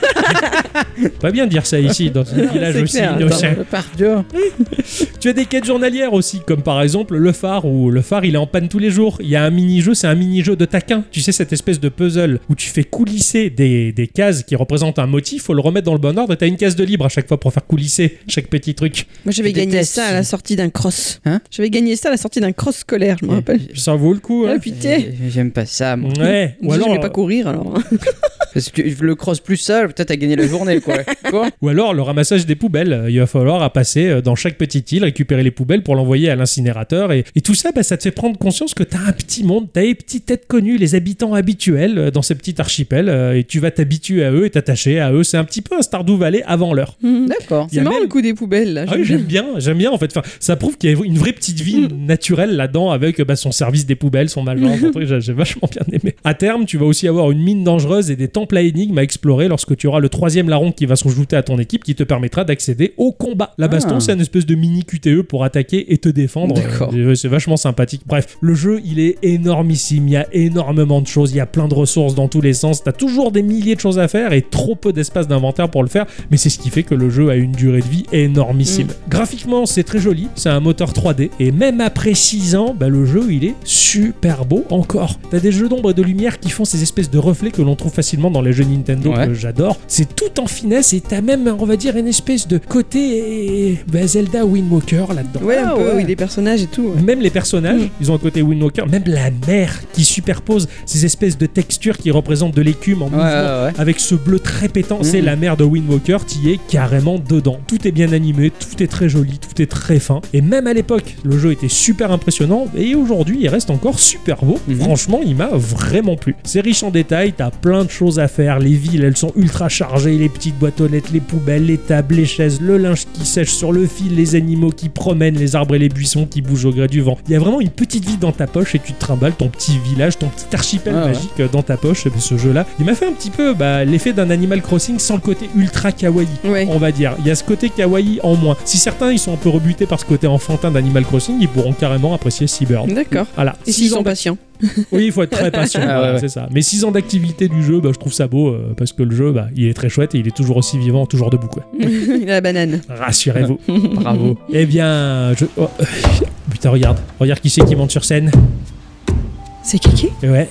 Pas bien de dire ça ici, dans un village C'est aussi clair, innocent. Le parc Dieu. Tu as des quêtes journalières aussi, comme par exemple le phare, où le phare il est en panne tous les jours. Il y a un mini-jeu, c'est un mini-jeu de taquin. Tu sais, cette espèce de puzzle où tu fais coulisser des, des cases qui représentent un motif, faut le remettre dans le bon ordre et t'as une case de libre à chaque fois pour faire coulisser chaque petit truc. Moi j'avais Je gagné déteste. ça à la sortie d'un cross. Hein J'avais gagné ça à la sortie d'un cross scolaire, je me rappelle. Ça vaut le coup, hein. Ah putain. J'aime pas ça, moi. Ouais, ou Ou alors, alors, je vais pas courir alors. Parce que le cross plus ça, peut-être t'as gagné la journée, quoi. Quoi ou alors le ramassage des poubelles. Il va falloir à passer euh, dans chaque petite île, récupérer les poubelles pour l'envoyer à l'incinérateur. Et, et tout ça, bah, ça te fait prendre conscience que t'as un petit monde, t'as les petites têtes connues, les habitants habituels euh, dans ces petits archipels. euh, et tu vas t'habituer à eux et t'attacher à eux. C'est un petit peu un Stardew Valley avant l'heure. D'accord. Il y C'est a marrant même- le coup des poubelles là. Ah oui, j'aime bien, j'aime bien en fait. Enfin, ça prouve qu'il y a une vraie petite vie naturelle là-dedans avec bah, son service des poubelles, son machin, son truc. J'ai, j'ai vachement bien aimé. À terme, tu vas aussi avoir une mine dangereuse et des temples à énigmes à explorer lorsque tu auras le troisième larron qui va se rajouter à ton équipe qui te permettra d'accéder au combat. La baston, Ah. c'est une espèce de mini Q T E pour attaquer et te défendre. D'accord. Euh, c'est vachement sympathique. Bref, le jeu, il est énormissime. Il y a énormément de choses. Il y a plein de ressources dans tous les sens. T'as toujours des milliers de choses à faire et trop peu d'espace d'inventaire pour le faire. Mais c'est ce qui fait que le jeu a une durée de vie énormissime. Graphiquement, c'est très joli. C'est un moteur trois D. Et même après six ans, bah, le jeu, il est super beau encore. T'as des jeux d'ombre et de lumière qui font ces espèces de reflets que l'on trouve facilement dans les jeux Nintendo Ouais. que j'adore. C'est tout en finesse et t'as même, on va dire, une espèce de côté bah, Zelda Wind Walker là-dedans. Ouais, un Ah, peu, ouais. oui, des personnages et tout. ouais. Même les personnages, Mm. ils ont un côté Wind Walker, même la mer qui superpose ces espèces de textures qui représentent de l'écume en Ouais, mouvement. ouais, ouais. Avec ce bleu très pétant, Mm. c'est la mer de Wind Walker, qui est carrément dedans. Tout est bien animé, tout est très joli, tout est très fin. Et même à l'époque, le jeu était super impressionnant, et aujourd'hui, il reste encore super beau. Mhm. Franchement, il m'a vraiment plu. C'est riche en détails, t'as plein de choses à faire. Les villes, elles sont ultra chargées, les petites boîtes aux lettres, les poubelles, les tables, les chaises, le linge qui sèche sur le fil, les animaux qui promènent, les arbres et les buissons qui bougent au gré du vent. Il y a vraiment une petite vie dans ta poche et tu te trimbales ton petit village, ton petit archipel Ah ouais. magique euh, dans ta poche. Et ce jeu-là, il m'a fait un petit peu bah, l'effet d'un Animal Crossing sans le côté ultra kawaii. Ouais. On va dire, il y a ce côté kawaii en moins. Si certains ils sont un peu rebutés par ce côté enfantin d'Animal Crossing, ils pourront carrément apprécier Seabird. D'accord. Voilà. Et Six s'ils ans sont d'ac- patients. Oui, il faut être très patient, Ah voilà, ouais, ouais. c'est ça. Mais six ans d'activité du jeu, bah, je trouve ça beau euh, parce que le jeu, bah, il est très chouette et il est toujours aussi vivant, toujours debout, quoi. Il a la banane. Rassurez-vous. Bravo. Eh bien, je. Oh, euh, putain, regarde. Regarde qui c'est qui monte sur scène. C'est Kéké? Ouais.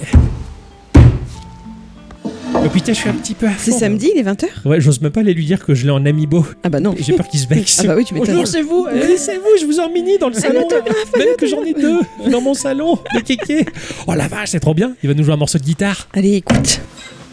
Oh putain, je suis un petit peu à C'est fond. samedi, il est vingt heures? Ouais, j'ose même pas aller lui dire que je l'ai en amiibo. Ah bah non. J'ai peur qu'il se vexe. Ah bah oui, tu m'étonnes. Bonjour, c'est vous. Eh, c'est vous, je vous ai en mini dans le salon. Même que j'en ai deux dans mon salon de Kéké. Oh la vache, c'est trop bien. Il va nous jouer un morceau de guitare. Allez, écoute.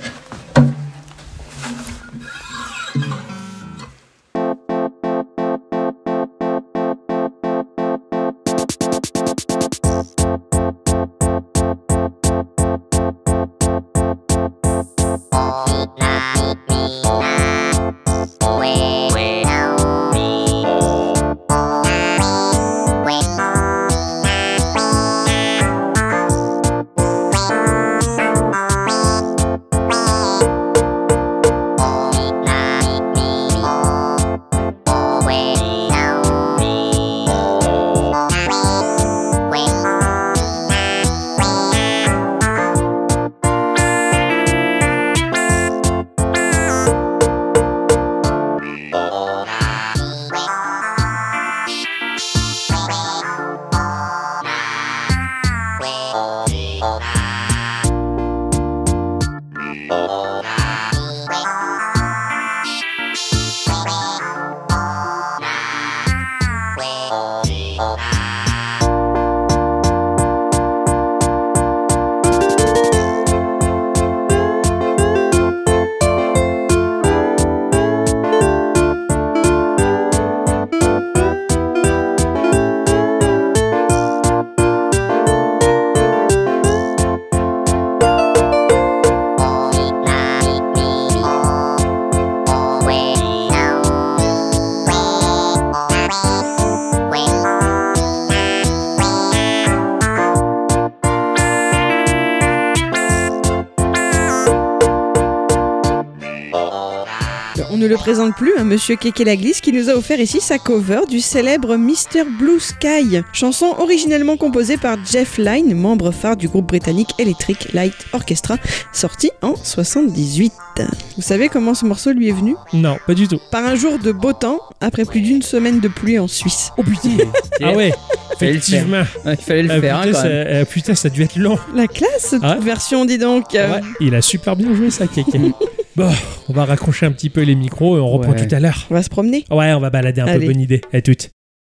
On ne le présente plus, hein, Monsieur Kéké Laglisse qui nous a offert ici sa cover du célèbre mister Blue Sky, chanson originellement composée par Jeff Lynne, membre phare du groupe britannique Electric Light Orchestra, sorti en soixante-dix-huit. Vous savez comment ce morceau lui est venu? Non, pas du tout. Par un jour de beau temps, après plus d'une semaine de pluie en Suisse. Oh putain. Ah ouais, Fallait le faire. effectivement. Ouais, il fallait le Ah, faire, hein, putain, quand ça, même. euh, putain, ça a dû être long. La classe, cette Ah. version, dis donc. euh, Ouais, il a super bien joué ça, Kéké. Bon, on va raccrocher un petit peu les micros et on reprend Ouais. tout à l'heure. On va se promener. Ouais, on va balader un Allez. peu, bonne idée. À toutes.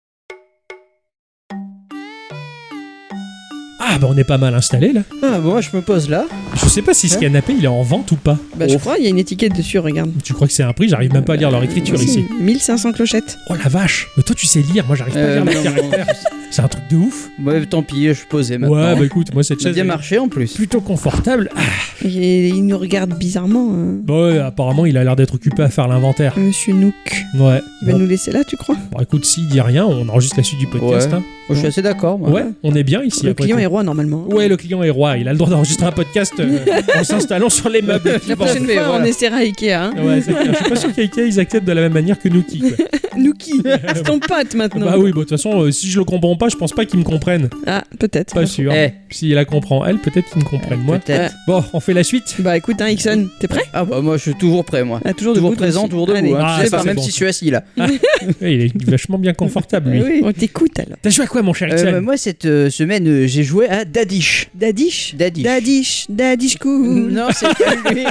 Ah bah on est pas mal installé là. Ah, bon, moi, je me pose là. Je sais pas si ce Hein canapé il est en vente ou pas. Bah, je Oh. crois, il y a une étiquette dessus, regarde. Tu crois que c'est un prix? J'arrive même pas à lire leur écriture Si, ici. mille cinq cents clochettes. Oh la vache. Mais toi tu sais lire, moi j'arrive pas à Euh, lire les non, caractères. C'est un truc de ouf. Ouais, tant pis, je posais maintenant. Ouais bah écoute, moi cette Ça a chaise bien elle est marché en plus. plutôt confortable. Ah, Et il nous regarde bizarrement, hein. bah ouais, apparemment il a l'air d'être occupé à faire l'inventaire. Monsieur Nook. Ouais. Il va Bon. nous laisser là, tu crois? Bon, écoute, s'il dit rien, on enregistre la suite du podcast. Ouais. hein. Oh, je suis assez d'accord, moi. Ouais, on est bien ici. Le après client tout. est roi, normalement. Ouais, le client est roi. Il a le droit d'enregistrer un podcast euh, en s'installant sur les meubles. La prochaine Mais fois, voilà. on essaiera Ikea, hein. Ouais, c'est clair. Je suis pas sûr qu'Ikea ils acceptent de la même manière que Nookie. Quoi. Nookie, c'est ton pote maintenant. Bah oui, bah, de toute façon, euh, si je le comprends pas, je pense pas qu'ils me comprennent. Ah, peut-être. Pas sûr. Eh. Si la comprend elle, peut-être qu'ils me comprennent moi. Peut-être. Bon, on fait la suite. Bah écoute, hein, Ixon, t'es prêt? Ah, bah, moi, je suis toujours prêt, moi. Ah, toujours Toujours debout, présent, aussi. toujours debout. Allez. Hein. Ah, Tu sais ça, pas, c'est même bon. si je suis assis là. Ouais, il est vachement bien confortable lui. Oui, on t'écoute alors. T'as joué à quoi, mon cher Ixon Euh, moi, cette euh, semaine, euh, j'ai joué à Dadish. Dadish Dadish. Dadish, Dadish cool. Non, c'est pas lui.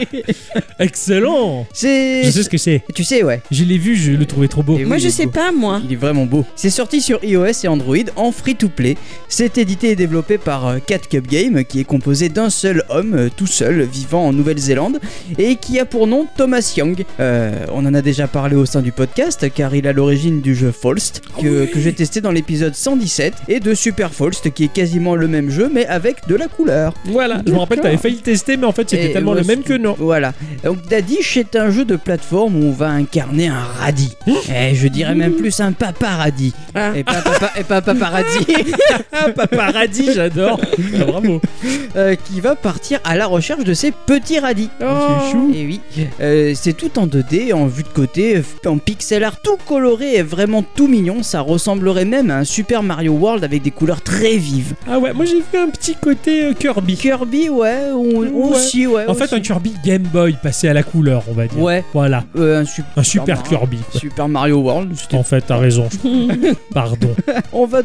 Excellent. C'est. Je sais ce que c'est. Tu sais, ouais. Je l'ai vu, je le trouvais trop beau. Et Moi oui, je il est sais beau. pas, moi. Il est vraiment beau. C'est sorti sur iOS et Android en free-to-play. C'est édité et développé par euh, Cat Cup Game, qui est composé d'un seul homme, euh, tout seul, vivant en Nouvelle-Zélande, et qui a pour nom Thomas Young. Euh, on en a déjà parlé au sein du podcast, car il a l'origine du jeu Faust, que, oui. que j'ai testé dans l'épisode cent dix-sept, et de Super Faust, qui est quasiment le même jeu, mais avec de la couleur. Voilà, je me rappelle, t'avais failli le tester, mais en fait, c'était Et tellement moi, le même que non. Voilà. Donc Dadish est un jeu de plateforme où on va incarner un radis. Et je dirais même plus un paparadis. Ah. Et pas papa et pas paparadis. Ah, paparadis, j'adore. Ah, bravo. Euh, qui va partir à la recherche de ses petits radis. C'est chou. Et oui, Euh, c'est tout en deux D, en vue de côté, en pixel art tout coloré et vraiment tout mignon. Ça ressemblerait même à un Super Mario World avec des couleurs très vives. Ah ouais, moi j'ai vu un petit côté euh, Kirby. Kirby, ouais, on, Ouais. aussi, ouais. En fait, aussi. un Kirby Game Boy passé à la couleur, on va dire. Ouais, Voilà, euh, un, sup- un super Mario- Kirby. quoi. Super Mario World. c'était- En fait, t'as raison. Pardon. On va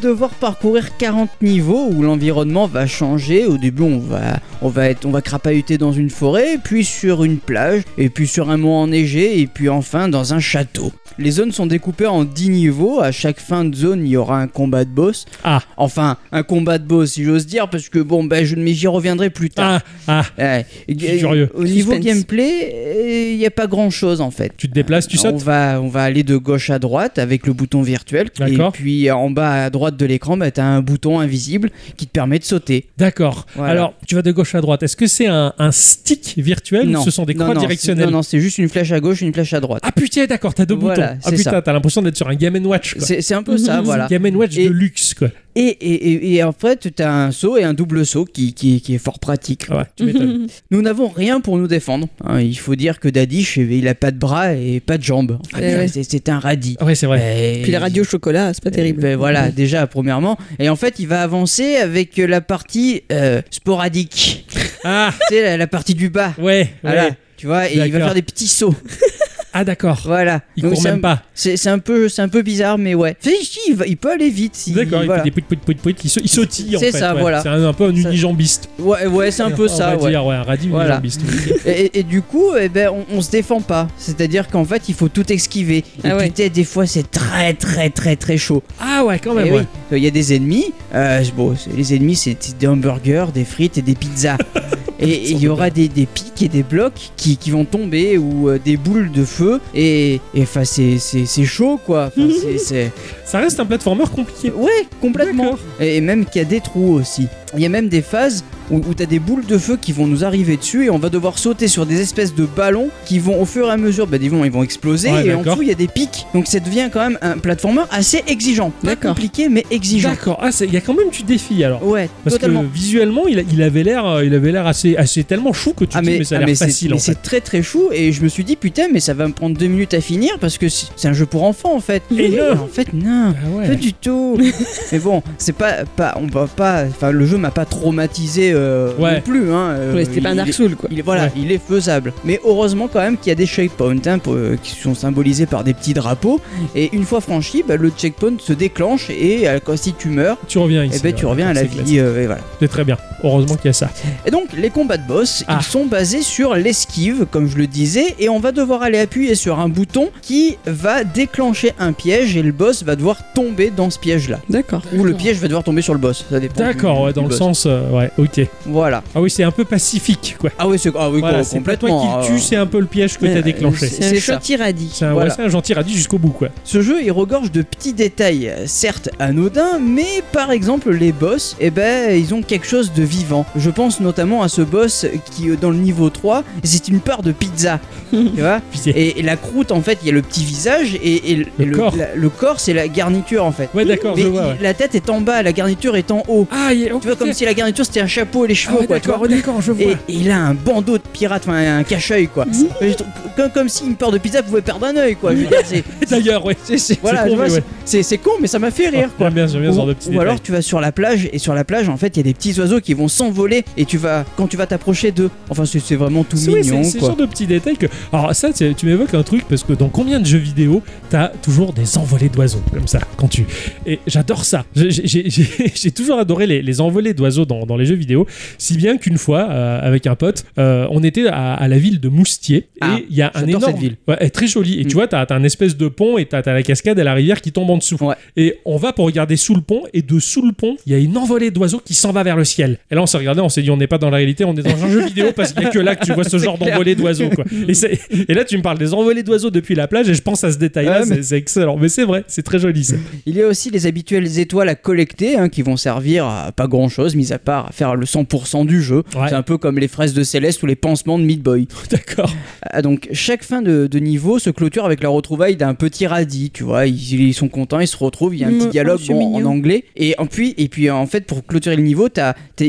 devoir parcourir quarante niveaux où l'environnement va changer. Au début, on va, on va, être, on va crapahuter dans une forêt, puis sur une plage, et puis sur un mont enneigé, et puis enfin dans un château. Les zones sont découpées en dix niveaux. À chaque fin de zone, il y aura un combat de boss. Ah. Enfin, un combat de boss, si j'ose dire, parce que bon, ben, je, mais j'y reviendrai plus tard. Ah, ah. Ouais. Je suis curieux. Au niveau Suspense. gameplay, il n'y a pas grand chose en fait. Tu te déplaces, tu on sautes. va, on va aller de gauche à droite avec le bouton virtuel. D'accord. Et puis en bas à droite de l'écran, bah, tu as un bouton invisible qui te permet de sauter. D'accord. Voilà. Alors, tu vas de gauche à droite. Est-ce que c'est un, un stick virtuel ou ce sont des non, croix non, directionnelles? c'est- Non, non, c'est juste une flèche à gauche et une flèche à droite. Ah putain, d'accord, t'as deux Voilà, boutons. Ah c'est putain, ça. t'as l'impression d'être sur un Game and Watch, quoi. C'est c'est un peu ça, voilà. Game and Watch Et- de luxe, quoi. Et, et, et, et en fait, tu as un saut et un double saut qui, qui, qui est fort pratique. Ah ouais, tu m'étonnes. Nous n'avons rien pour nous défendre. hein. Il faut dire que Dadish, il a pas de bras et pas de jambes. En fait, Eh ouais. c'est- c'est un radis. Ah ouais, c'est vrai. Et- Puis la radio au chocolat, c'est pas terrible. Ben voilà, déjà, premièrement. Et en fait, il va avancer avec la partie euh, sporadique. Ah, tu sais, la, la partie du bas. ouais, Voilà. ouais. Tu vois, et il va D'accord. faire des petits sauts. Ah d'accord. Voilà. Il Donc, court c'est même un- pas. C'est c'est un peu, c'est un peu bizarre, mais ouais. Fait, si, il, va- il peut aller vite. Si, D'accord, il voilà. fait des pouit pouit pouit pouit, il, sa- il sautille en C'est fait. ça, ouais. voilà. C'est un, un peu un Ça- unijambiste. Ouais, ouais, c'est un peu On ça. va Ouais. dire, ouais, un radis Voilà. unijambiste. oui. Et, et- et du coup, eh ben, on, on se défend pas. C'est-à-dire qu'en fait, il faut tout esquiver. Et Ah ouais. putain, des fois, c'est très, très, très, très chaud. Ah ouais, quand même, Eh ouais. oui, il y a des ennemis. euh, bon, c'est- les ennemis, c'est c'est des hamburgers, des frites et des pizzas. Et et il y aura des, des pics et des blocs qui, qui vont tomber ou euh, des boules de feu. Et enfin, c'est c'est- c'est chaud, quoi. Enfin, c'est- c'est- Ça reste un platformer compliqué. Ouais, complètement. D'accord. Et, et même qu'il y a des trous aussi. Il y a même des phases où, où t'as des boules de feu qui vont nous arriver dessus et on va devoir sauter sur des espèces de ballons qui vont au fur et à mesure, bah, ils vont, ils vont exploser Ouais, et en d'accord. dessous il y a des pics. Donc ça devient quand même un platformer assez exigeant. Pas D'accord. compliqué mais exigeant. D'accord. Ah, c'est- il y a quand même du défi alors. Ouais, Parce totalement. que visuellement, il, a- il avait l'air, euh, il avait l'air assez, assez tellement chou que tu Ah te dis, mais, mais ça a ah, l'air mais c'est facile mais en fait. c'est très très chou et je me suis dit putain mais ça va me prendre deux minutes à finir parce que c'est c'est un jeu pour enfants en fait. Et non. en fait non. Ah ouais. Pas du tout. Mais bon, c'est pas, pas, on va pas, enfin le jeu m'a pas traumatisé euh, Ouais. non plus. Hein, euh, Ouais, c'était pas un il- Dark Souls, quoi. Il est, voilà, Ouais. il est faisable. Mais heureusement quand même qu'il y a des checkpoints hein, pour- euh, qui sont symbolisés par des petits drapeaux. Et une fois franchi, bah, le checkpoint se déclenche et euh, quand si tu meurs, Tu reviens ici. eh ben, tu ouais, reviens à la c'est vie. classique. euh, et voilà. C'est très bien. Heureusement qu'il y a ça. Et donc les combats de boss, Ah. ils sont basés sur l'esquive, comme je le disais, et on va devoir aller appuyer sur un bouton qui va déclencher un piège et le boss va devoir tomber dans ce piège-là. D'accord. Ou le piège va devoir tomber sur le boss, ça dépend. D'accord, du- ouais, du dans le boss. sens, euh, ouais, ok. Voilà. Ah oui, c'est un peu pacifique, quoi. Ah oui, c'est ah oui, Voilà, quoi, c'est pas toi complètement. qui le tue, c'est un peu le piège que euh, t'as déclenché. c'est- C'est un c'est ça. chotiradi. C'est un, voilà. ouais, c'est un gentil radis jusqu'au bout, quoi. Ce jeu, il regorge de petits détails, euh, certes anodins, mais par exemple les boss, eh ben, ils ont quelque chose de vivant. Je pense notamment à ce boss qui, euh, dans le niveau trois, c'est une part de pizza. Tu vois Putain. et, et la croûte, en fait, il y a le petit visage et, et le, Le et corps. la- le corps, c'est la garniture, en fait. Ouais, d'accord, Mais je vois. il- ouais. la tête est en bas, la garniture est en haut. Ah, il est- oh, Tu vois, comme putain. si la garniture c'était un chapeau et les Ah cheveux, ouais, quoi. tu d'accord, vois. ouais, d'accord, je vois. Et, et il a un bandeau de pirate, enfin un cache-œil, quoi. Je trouve- Comme, comme si une part de pizza pouvait perdre un œil, quoi. Je veux dire, c'est. D'ailleurs, ouais. c'est- c'est- Voilà, con, tu vois, mais c'est- ouais. c'est c'est con, mais ça m'a fait rire, quoi. J'aime bien, j'aime bien ce genre de petits Ou, ou alors détails. tu vas sur la plage et sur la plage en fait il y a des petits oiseaux qui vont s'envoler et tu vas quand tu vas t'approcher d'eux. Enfin c'est c'est vraiment tout C'est- ouais, mignon c'est c'est le quoi. genre de petits détails que. Alors, ça, c'est- tu m'évoques un truc parce que dans combien de jeux vidéo t'as toujours des envolées d'oiseaux comme ça quand tu. Et j'adore ça. J'ai- J'ai j'ai- j'ai toujours adoré les, les envolées d'oiseaux dans, dans les jeux vidéo. Si bien qu'une fois, euh, avec un pote, euh, on était à, à la ville de Moustier Ah, et il y a un j'adore énorme. cette ville. Ouais, elle est très jolie. Et Mm. tu vois, t'as as un espèce de pont et t'as as la cascade et la rivière qui tombe en dessous. Ouais. Et on va pour regarder sous le pont et de sous le pont, il y a une envolée d'oiseaux qui s'en va vers le ciel. Et là, on s'est regardé, on s'est dit, on n'est pas dans la réalité, on est dans un jeu vidéo parce qu'il n'y a que là que tu vois ce genre clair. d'envolée d'oiseaux. Quoi. Et, c'est- et là, tu me parles des envolées d'oiseaux depuis la plage et je pense à ce détail-là. Ouais, mais- c'est- C'est excellent. Mais c'est vrai, c'est très joli ça. Il y a aussi les habituelles étoiles à collecter hein, qui vont servir à pas grand chose mis à part à faire le cent pour cent du jeu. Ouais. C'est un peu comme les fraises de Céleste ou les pansements de Meat Boy. D'accord. Ah, donc chaque fin de, de niveau se clôture avec la retrouvaille d'un petit radis, tu vois, ils, ils sont contents, ils se retrouvent, il y a un Mm, petit dialogue oh, c'est bon, en mignon. anglais et, en puis, et puis en fait pour clôturer le niveau, t'as, t'es-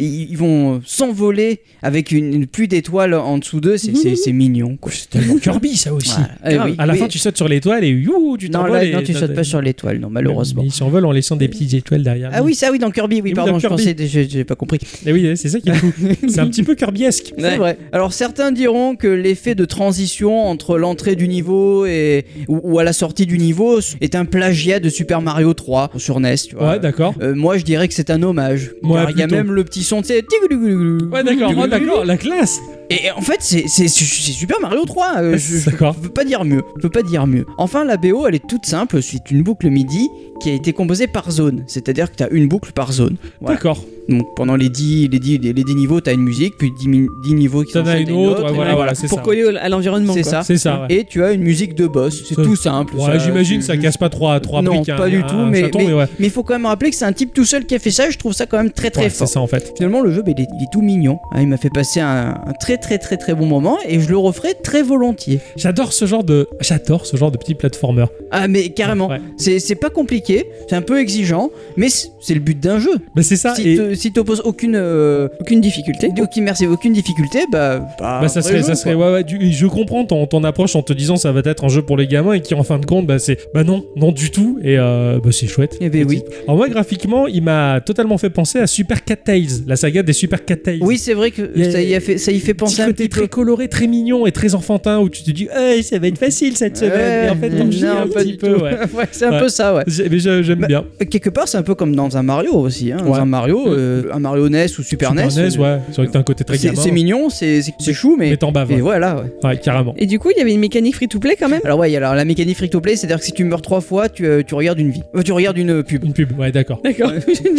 ils, ils vont s'envoler avec une, une pluie d'étoiles en dessous d'eux. C'est, c'est, c'est mignon, quoi. C'est tellement Kirby, ça aussi. Voilà. Eh oui, à la oui. fin, tu sautes sur l'étoile et youhou, tu Non, t'envoles. là, et non, tu t'as- sautes pas sur l'étoile, non, malheureusement. Mais il s'envole en laissant des petites étoiles derrière. Ah lui. oui, ça oui, dans Kirby, oui, Oui, pardon, dans je Kirby. pensais, j'ai, j'ai pas compris. Et oui, c'est ça qui est fou. C'est un petit peu Kirbyesque. C'est vrai. Alors certains diront que l'effet de transition entre l'entrée du niveau et ou, ou à la sortie du niveau est un plagiat de Super Mario trois sur N E S, tu vois. Ouais, d'accord. Euh, moi je dirais que c'est un hommage. Ouais, Car il y a plutôt. même le petit son, tu sais. Ouais, d'accord. Oh, d'accord, la classe. Et en fait, c'est, c'est, c'est Super Mario trois. euh, je, je, D'accord. je peux pas dire mieux. Je peux pas dire mieux. Enfin, la B O, elle est toute simple. C'est une boucle MIDI qui a été composée par zone. C'est-à-dire que tu as une boucle par zone. Voilà. D'accord. Donc pendant les dix, les dix, les dix niveaux, tu as une musique, puis dix, mi- dix niveaux qui T'en as s'enchaînent, une autre, ouais, et voilà, voilà, c'est Pour ça. coller au- à l'environnement. C'est quoi. ça. C'est ça, ouais. Et tu as une musique de boss. C'est Ça- tout simple. Ouais, ça, j'imagine, c'est ça juste- casse pas trois, trois Non, briques. pas un- du un- tout. un Mais chaton, mais mais ouais. mais il faut quand même rappeler que c'est un type tout seul qui a fait ça. Je trouve ça quand même très très Ouais, fort. c'est ça en fait. Finalement, le jeu, bah, il, est, il est tout mignon. Hein, il m'a fait passer un, un très très très très bon moment et je le referai très volontiers. J'adore ce genre de, j'adore ce genre de petit platformer. Ah mais carrément. Ouais. C'est, c'est pas compliqué. C'est un peu exigeant, mais c'est, c'est le but d'un jeu. Mais c'est ça. Si et te- si t'opposes aucune euh, Aucune difficulté. aucune merci, aucune difficulté, bah, bah, bah, ça vrai serait, jeu, ça serait, quoi. ouais, ouais. du- je comprends ton, ton approche en te disant ça va être un jeu pour les gamins et qui en fin de compte, bah c'est, bah non, non du tout. Et euh, bah c'est chouette. Eh ben oui. Alors moi graphiquement, il m'a totalement fait penser à Super Cat Tales, la saga des Super Cat Tales. Oui, c'est vrai que Il y a- ça y, a fait, ça y fait Petit penser un côté petit très peu. coloré, très mignon et très enfantin où tu te dis, hey, ça va être facile cette semaine. et en fait, t'en non, chies un pas petit du peu, tout. ouais. Ouais, c'est un Ouais. peu ça, ouais. J'ai- Mais je- j'aime Bah, bien. Quelque part, c'est un peu comme dans un Mario aussi. Hein. Dans Ouais. un Mario, euh, un Mario N E S ou Super, Super N E S. N E S, ouais. C'est vrai que t'as un côté très C'est, gamin. c'est mignon, c'est, c'est, c'est chou, mais. Mais t'en baves. Et Ouais. voilà, ouais. Ouais, carrément. Et du coup, il y avait une mécanique free-to-play quand même. Alors, ouais, alors la mécanique free-to-play, c'est-à-dire que si tu meurs trois fois, tu, euh, tu regardes une vie. Euh, tu regardes une pub. Une pub, ouais, d'accord. D'accord.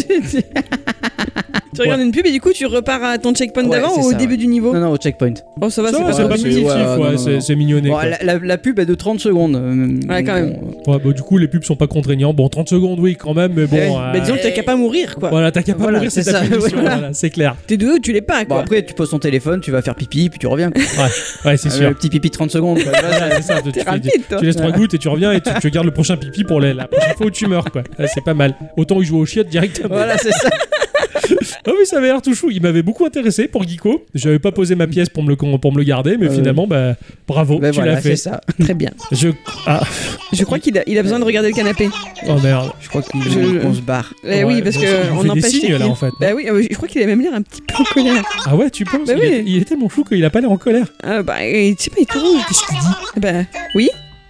Tu regardes une pub et du coup, tu repars à ton checkpoint Ouais, d'avant c'est ou au ça, début ouais. du niveau. Non, non, au checkpoint. Oh, ça va, Ça c'est va, pas c'est grave. pas c'est- punitif, ouais, non, ouais, non, c'est non. c'est mignonné. Bon, quoi. la, la- la pub est de trente secondes. euh, Ouais, quand même. bon, Ouais, bah, du coup, les pubs sont pas contraignants. Bon, trente secondes, oui, quand même, mais bon. Eh, euh, Bah, disons que t'as qu'à pas mourir quoi. Voilà, t'as qu'à pas Voilà, mourir, c'est c'est ta ça, punition, voilà. voilà, c'est clair. T'es doué ou tu l'es pas Bon, quoi. après, tu poses ton téléphone, tu vas faire pipi, puis tu reviens. quoi. Ouais, c'est Euh, sûr. Le petit pipi de trente secondes. quoi. Voilà, c'est ça, tu, T'es fais- rapide toi. tu laisses trois gouttes et tu reviens et tu, tu gardes le prochain pipi pour les- la prochaine fois où tu meurs, quoi. Ouais, c'est pas mal. Autant y jouer aux chiottes directement. Voilà, c'est ça. Ah oui, ça avait l'air tout chou. Il m'avait beaucoup intéressé pour Geeko. J'avais pas posé ma pièce pour me le, pour me le garder, mais Euh, finalement, bah, bravo, Ben tu voilà, l'as fait. c'est ça. Très bien. Je. Ah, Je crois qu'il a, il a besoin de regarder le canapé. oh merde. Je crois qu'il Je- qu'on se barre. Eh Ouais, oui, parce il que nous on fait des empêche signes, les là, filles. en fait, non Bah oui, euh, je crois qu'il a même l'air un petit peu en colère. Ah ouais, tu penses Bah il, oui. est, il est tellement fou qu'il a pas l'air en colère. Ah bah, euh, tu sais pas, il est tout rouge. Qu'est-ce qu'il dit Bah oui.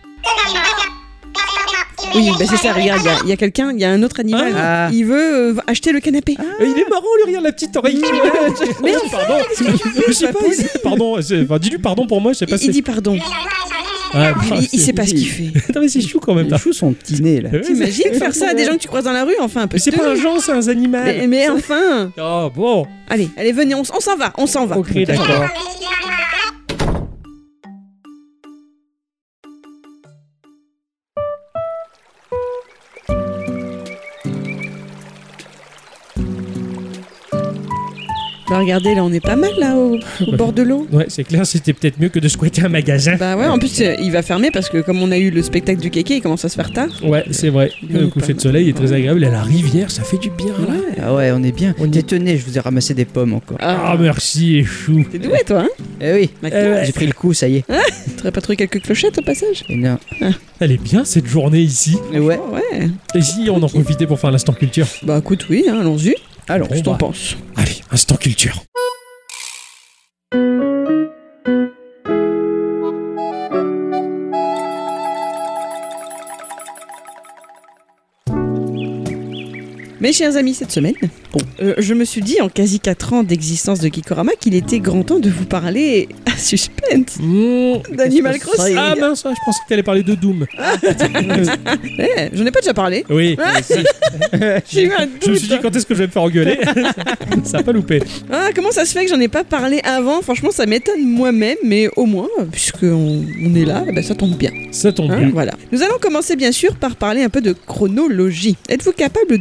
Oui, bah c'est ça, regarde, il y a- il y a, quelqu'un, il y a un autre animal. Ah. Il veut euh, acheter le canapé. Euh, Il est marrant, lui, regarde la petite oreille qui Mais pardon. Je sais pas, il sait- pardon. c'est- Enfin, dis-lui pardon pour moi, je sais pas il, si. il dit pardon. Ah, Il, bah, il- il c'est- sait pas ce qu'il fait. Non, mais c'est chou quand même. Il joue son petit nez là. Ouais, c'est- T'imagines faire ça à des gens que tu croises dans la rue, enfin un peu. Mais c'est de- pas un genre, c'est un animal. Mais, mais enfin. Oh bon. Allez, allez, venez, on, s- on s'en va, on s'en va. Ok, d'accord. Bah regardez, là on est pas mal là au, au bord de l'eau. Ouais, c'est clair, c'était peut-être mieux que de squatter un magasin. Bah ouais, en plus euh, il va fermer parce que comme on a eu le spectacle du kéké, il commence à se faire tard. Ouais, c'est vrai. Il Le est coucher pas de soleil est très agréable. Et la rivière, ça fait du bien. Là. Ah ouais, on est bien. On y- Détenez, je vous ai ramassé des pommes encore. Ah, merci, les choux. T'es doué toi, hein Eh oui, Ma Eh classe. ouais. j'ai pris le coup, ça y est. T'aurais pas trouvé quelques clochettes au passage? Et non. Elle est bien cette journée ici. Et ouais. Oh, ouais. Et si on en profitait pour faire l'instant culture. Bah écoute, oui, hein, allons-y. Alors, Qu'est-ce que t'en bah. penses? Allez, instant culture. Mes chers amis, cette semaine, euh, je me suis dit en quasi quatre ans d'existence de Geekorama qu'il était grand temps de vous parler à suspense Mmh. d'Animal Crossing. Ah mince, je pensais que t'allais parler de Doom. Eh, j'en ai pas déjà parlé. Oui. J'ai eu un Je me suis dit doute. quand est-ce que je vais me faire engueuler. Ça a pas loupé. Ah, comment ça se fait que j'en ai pas parlé avant? Franchement, ça m'étonne moi-même, mais au moins, puisqu'on on est là, eh ben, ça tombe bien. Ça tombe Hein, bien. voilà. Nous allons commencer bien sûr par parler un peu de chronologie. Êtes-vous capable de me donner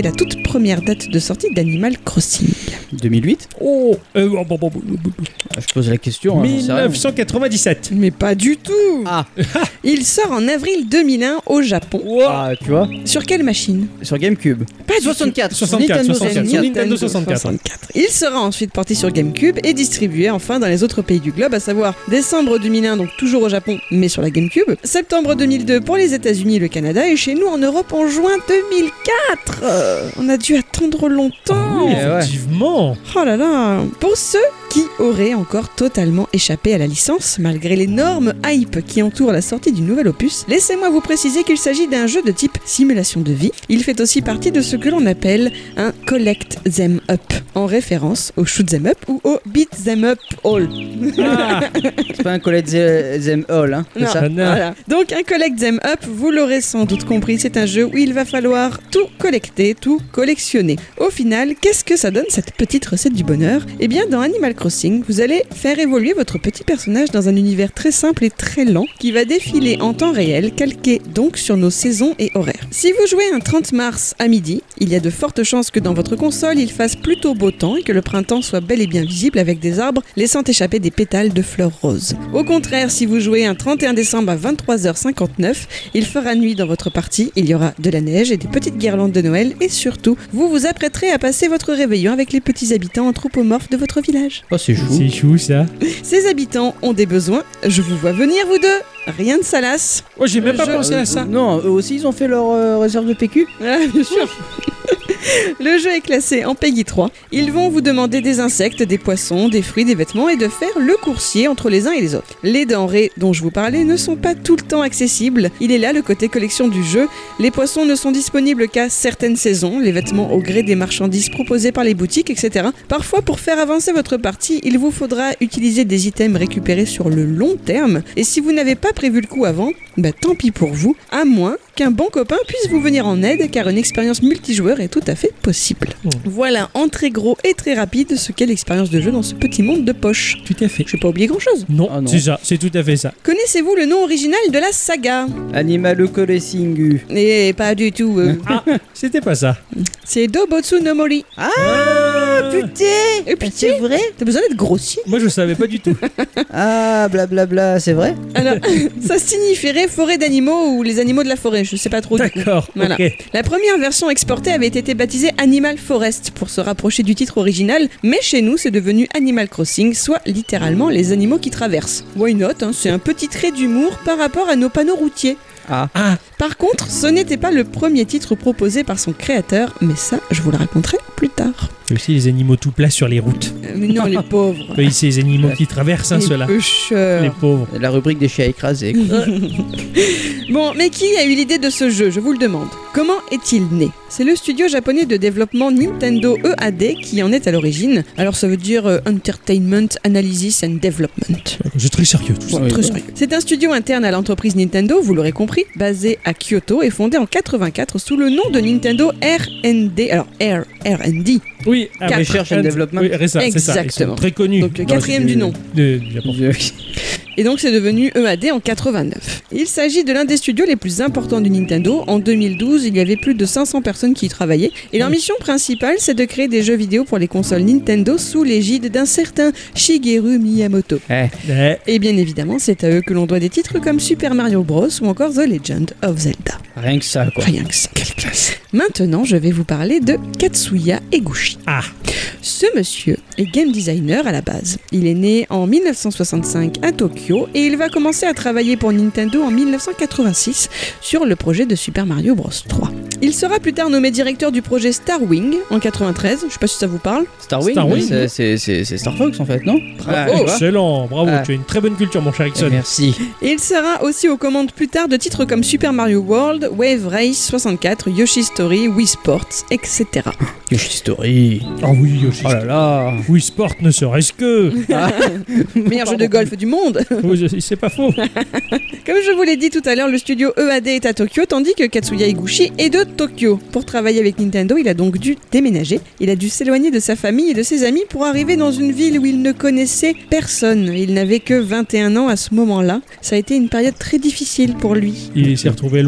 la toute première date de sortie d'Animal Crossing? deux mille huit. Oh, euh, bon, bon, bon, bon, bon. Je pose la question. hein, j'en sais rien. mille neuf cent quatre-vingt-dix-sept. Mais pas du tout. Ah. Il sort en avril deux mille un au Japon. Ah, tu vois, Sur quelle machine? sur GameCube. Pas du tout. soixante-quatre. soixante-quatre, Nintendo soixante-quatre. soixante-quatre. Nintendo soixante-quatre. Il sera ensuite porté sur GameCube et distribué enfin dans les autres pays du globe, à savoir décembre deux mille un, donc toujours au Japon, mais sur la GameCube, septembre deux mille deux pour les États-Unis et le Canada, et chez nous en Europe en juin deux mille quatre. Euh, on a dû attendre longtemps. Oui, Eh ouais. effectivement. Oh là là. Pour ceux qui auraient encore totalement échappé à la licence, malgré l'énorme hype qui entoure la sortie du nouvel opus, laissez-moi vous préciser qu'il s'agit d'un jeu de type simulation de vie. Il fait aussi partie de ce que l'on appelle un Collect Them Up, en référence au Shoot Them Up ou au Beat Them Up All. Ah, C'est pas un Collect Them All, hein. c'est Non, ça. non. voilà. Donc un Collect Them Up, vous l'aurez sans doute compris, c'est un jeu où il va falloir tout collecter, tout collectionner. Au final, qu'est-ce que ça donne cette petite recette du bonheur? Eh bien, dans Animal Crossing, vous allez faire évoluer votre petit personnage dans un univers très simple et très lent qui va défiler en temps réel, calqué donc sur nos saisons et horaires. Si vous jouez un trente mars à midi, il y a de fortes chances que dans votre console, il fasse plutôt beau temps et que le printemps soit bel et bien visible avec des arbres laissant échapper des pétales de fleurs roses. Au contraire, si vous jouez un trente et un décembre à vingt-trois heures cinquante-neuf, il fera nuit dans votre partie, il y aura de la neige et des petites guirlandes de Noël et surtout, vous vous apprêterez à passer votre réveillon avec les petits habitants anthropomorphes de votre village. Oh, c'est chou. c'est chou ça. Ces habitants ont des besoins, je vous vois venir vous deux, rien de salace. Oh, j'ai même pas Je- pensé à ça. Non, eux aussi ils ont fait leur euh, réserve de P Q. Ah, bien sûr. Le jeu est classé en Peggy trois. Ils vont vous demander des insectes, des poissons, des fruits, des vêtements et de faire le coursier entre les uns et les autres. Les denrées dont je vous parlais ne sont pas tout le temps accessibles. Il est là le côté collection du jeu. Les poissons ne sont disponibles qu'à certaines saisons, les vêtements au gré des marchandises proposées par les boutiques, et cetera. Parfois, pour faire avancer votre partie, il vous faudra utiliser des items récupérés sur le long terme. Et si vous n'avez pas prévu le coup avant, bah tant pis pour vous, à moins qu'un bon copain puisse vous venir en aide, car une expérience multijoueur est tout à fait possible. Mmh. Voilà en très gros et très rapide ce qu'est l'expérience de jeu dans ce petit monde de poche. Tout à fait. Je n'ai pas oublié grand chose. Non, Ah non. c'est ça, c'est tout à fait ça. Connaissez-vous le nom original de la saga? Animal Crossing. Eh, pas du tout. euh. Ah, c'était pas ça. C'est Dobotsu no Mori. Ah, putain Et puis c'est vrai. t'as besoin d'être grossi. Moi, je savais pas du tout. Ah, blablabla, c'est vrai. Alors, ça signifierait forêt d'animaux ou les animaux de la forêt, je sais pas trop du coup. D'accord. Voilà. Ok. La première version exportée avait été baptisée Animal Forest pour se rapprocher du titre original, mais chez nous c'est devenu Animal Crossing, soit littéralement les animaux qui traversent. Why not, hein, c'est un petit trait d'humour par rapport à nos panneaux routiers. Ah. Ah, Par contre, ce n'était pas le premier titre proposé par son créateur, mais ça, je vous le raconterai plus tard. il y a aussi les animaux tout plats sur les routes. Euh, mais non, les pauvres. Oui, c'est les animaux qui traversent, hein, les ceux-là. pêcheurs. Les pauvres. La rubrique des chiens écrasés. quoi. Bon, mais qui a eu l'idée de ce jeu, je vous le demande. Comment est-il né? C'est le studio japonais de développement Nintendo E A D qui en est à l'origine. Alors ça veut dire euh, Entertainment Analysis and Development. C'est très sérieux tout ça. Ouais, très sérieux. C'est un studio interne à l'entreprise Nintendo, vous l'aurez compris, basé à Kyoto et fondé en quatre-vingt-quatre sous le nom de Nintendo R and D. Alors R, R and D. Oui, ah, Quatre. Research and Development. Oui, c'est ça, c'est ça. Ils Exactement. sont très connus. Donc le dans quatrième le- du nom. de- du Japon. Et donc c'est devenu E A D en quatre-vingt-neuf. Il s'agit de l'un des studios les plus importants du Nintendo. En deux mille douze, il y avait plus de cinq cents personnes qui y travaillaient. Et leur mission principale, c'est de créer des jeux vidéo pour les consoles Nintendo sous l'égide d'un certain Shigeru Miyamoto. Eh, Eh, Et bien évidemment, c'est à eux que l'on doit des titres comme Super Mario Bros ou encore The Legend of Zelda. rien que ça, quoi. Rien que ça. Quelle classe. Maintenant, je vais vous parler de Katsuya Eguchi. Ah, Ce monsieur est game designer à la base. Il est né en mille neuf cent soixante-cinq à Tokyo et il va commencer à travailler pour Nintendo en mille neuf cent quatre-vingt-six sur le projet de Super Mario Bros trois. Il sera plus tard nommé directeur du projet Star Wing en quatre-vingt-treize, je sais pas si ça vous parle. Star Wing, Star Wing, c'est- c'est c'est- c'est Star Fox en fait, non? Ah, tu vois. excellent, bravo, Ah. tu as une très bonne culture, mon cher Ixon. Merci. Et il sera aussi aux commandes plus tard de titres comme Super Mario World, Wave Race soixante-quatre, Yoshi's Story, Wii Sports, et cetera. Yoshi Story. Ah oui, Yoshi. Oh là là. Oui, Sport ne serait-ce que. Meilleur jeu de golf du monde. Oui, c'est pas faux. Comme je vous l'ai dit tout à l'heure, le studio E A D est à Tokyo, tandis que Katsuya Eguchi est de Tokyo. Pour travailler avec Nintendo, il a donc dû déménager. Il a dû s'éloigner de sa famille et de ses amis pour arriver dans une ville où il ne connaissait personne. Il n'avait que vingt et un ans à ce moment-là. Ça a été une période très difficile pour lui. Il s'est retrouvé loin.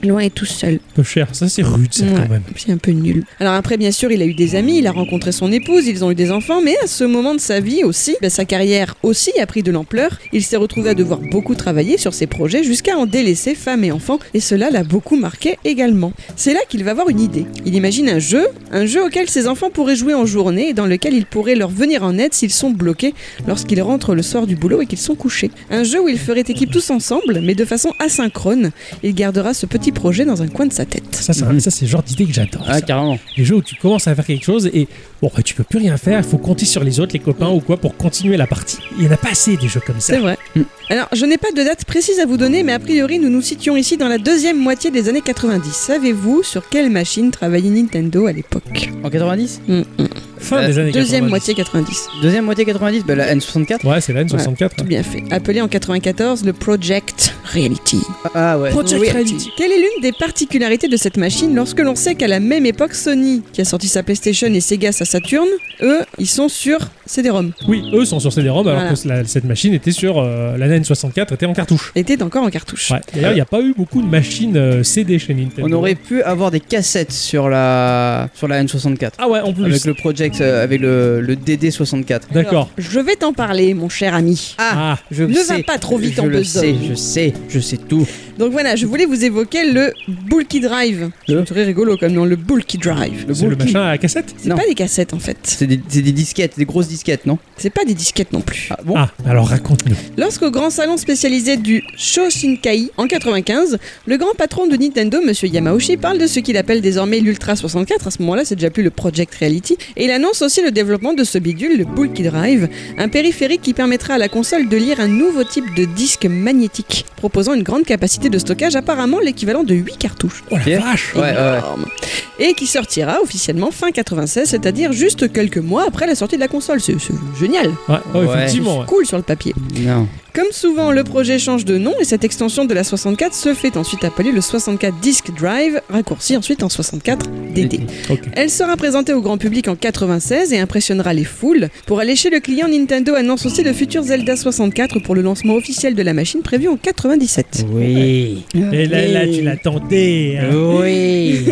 loin et tout seul. Peu cher, ça c'est rude ça Ouais, quand même. c'est un peu nul. Alors après, bien sûr, il a eu des amis, il a rencontré son épouse, ils ont eu des enfants, mais à ce moment de sa vie aussi, bah, sa carrière aussi a pris de l'ampleur. Il s'est retrouvé à devoir beaucoup travailler sur ses projets jusqu'à en délaisser femme et enfants, et cela l'a beaucoup marqué également. C'est là qu'il va avoir une idée. Il imagine un jeu, un jeu auquel ses enfants pourraient jouer en journée et dans lequel il pourrait leur venir en aide s'ils sont bloqués lorsqu'ils rentrent le soir du boulot et qu'ils sont couchés. Un jeu où ils feraient équipe tous ensemble, mais de façon asynchrone. Il gardera ce petit projet dans un coin de sa tête. Ça, c'est, Mhm. ça, c'est le genre d'idée que j'adore. Ah, ça. carrément. Les jeux où tu commences à faire quelque chose et bon, bah, tu peux plus rien faire, il faut compter sur les autres, les copains ou quoi pour continuer la partie. Il y en a pas assez des jeux comme ça. C'est vrai. Mm. Alors, je n'ai pas de date précise à vous donner, mais a priori, nous nous situons ici dans la deuxième moitié des années quatre-vingt-dix. Savez-vous sur quelle machine travaillait Nintendo à l'époque? En quatre-vingt-dix Mm, mm. Fin Euh, des années Deuxième quatre-vingt-dix. moitié quatre-vingt-dix. Deuxième moitié quatre-vingt-dix, bah, la N soixante-quatre. Ouais, c'est la N soixante-quatre. Tout bien fait. Appelé en quatre-vingt-quatorze le Project Reality. Ah ouais. Project Reality. Quelle est l'une des particularités de cette machine lorsque l'on sait qu'à la même époque, Sony, qui a sorti sa PlayStation et Sega sa Saturn, eux, ils sont sur C D ROM. Oui, eux sont sur C D ROM alors Voilà. que la- cette machine était sur euh, la N soixante-quatre, était en cartouche. Était encore en cartouche. Ouais. D'ailleurs, il n'y a pas eu beaucoup de machines euh, C D chez Nintendo. On aurait pu avoir des cassettes sur la sur la N soixante-quatre. Ah ouais, en plus. Avec le Project, euh, avec le, le D D soixante-quatre. D'accord. Je vais t'en parler, mon cher ami. Ah, Je Ne sais, va pas trop vite je en le besogne. sais, je sais, je sais tout. Donc voilà, je voulais vous évoquer le Bulky Drive. Le C'est très rigolo comme nom, le Bulky Drive. Le c'est le bulky. machin à cassette. C'est Non. pas des cassettes en fait. C'est des, c'est des disquettes, des grosses disquettes, non? C'est pas des disquettes non plus. Ah bon? Ah, alors raconte-nous. Lorsqu'au grand salon spécialisé du Shoshinkai en quatre-vingt-quinze, le grand patron de Nintendo, Monsieur Yamauchi, parle de ce qu'il appelle désormais l'Ultra soixante-quatre. À ce moment-là, c'est déjà plus le Project Reality. Et il annonce aussi le développement de ce bidule, le Bulky Drive, un périphérique qui permettra à la console de lire un nouveau type de disque magnétique, proposant une grande capacité de stockage, apparemment l'équivalent de huit cartouches. Oh la Ok. vache. Ouais, ouais, ouais. Énorme. Et qui sortira officiellement fin quatre-vingt-seize, c'est-à-dire juste quelques mois après la sortie de la console. C'est c'est génial. Ouais, ouais, Ouais. effectivement. ouais. Cool sur le papier. Non. Comme souvent, le projet change de nom et cette extension de la soixante-quatre se fait ensuite appeler le soixante-quatre Disk Drive, raccourci ensuite en soixante-quatre D D. Ok. Elle sera présentée au grand public en quatre-vingt-seize et impressionnera les foules. Pour aller chez le client, Nintendo annonce aussi le futur Zelda soixante-quatre pour le lancement officiel de la machine prévu en quatre-vingt-dix-sept. Oui. Et là, là, tu l'attendais. hein. Oui.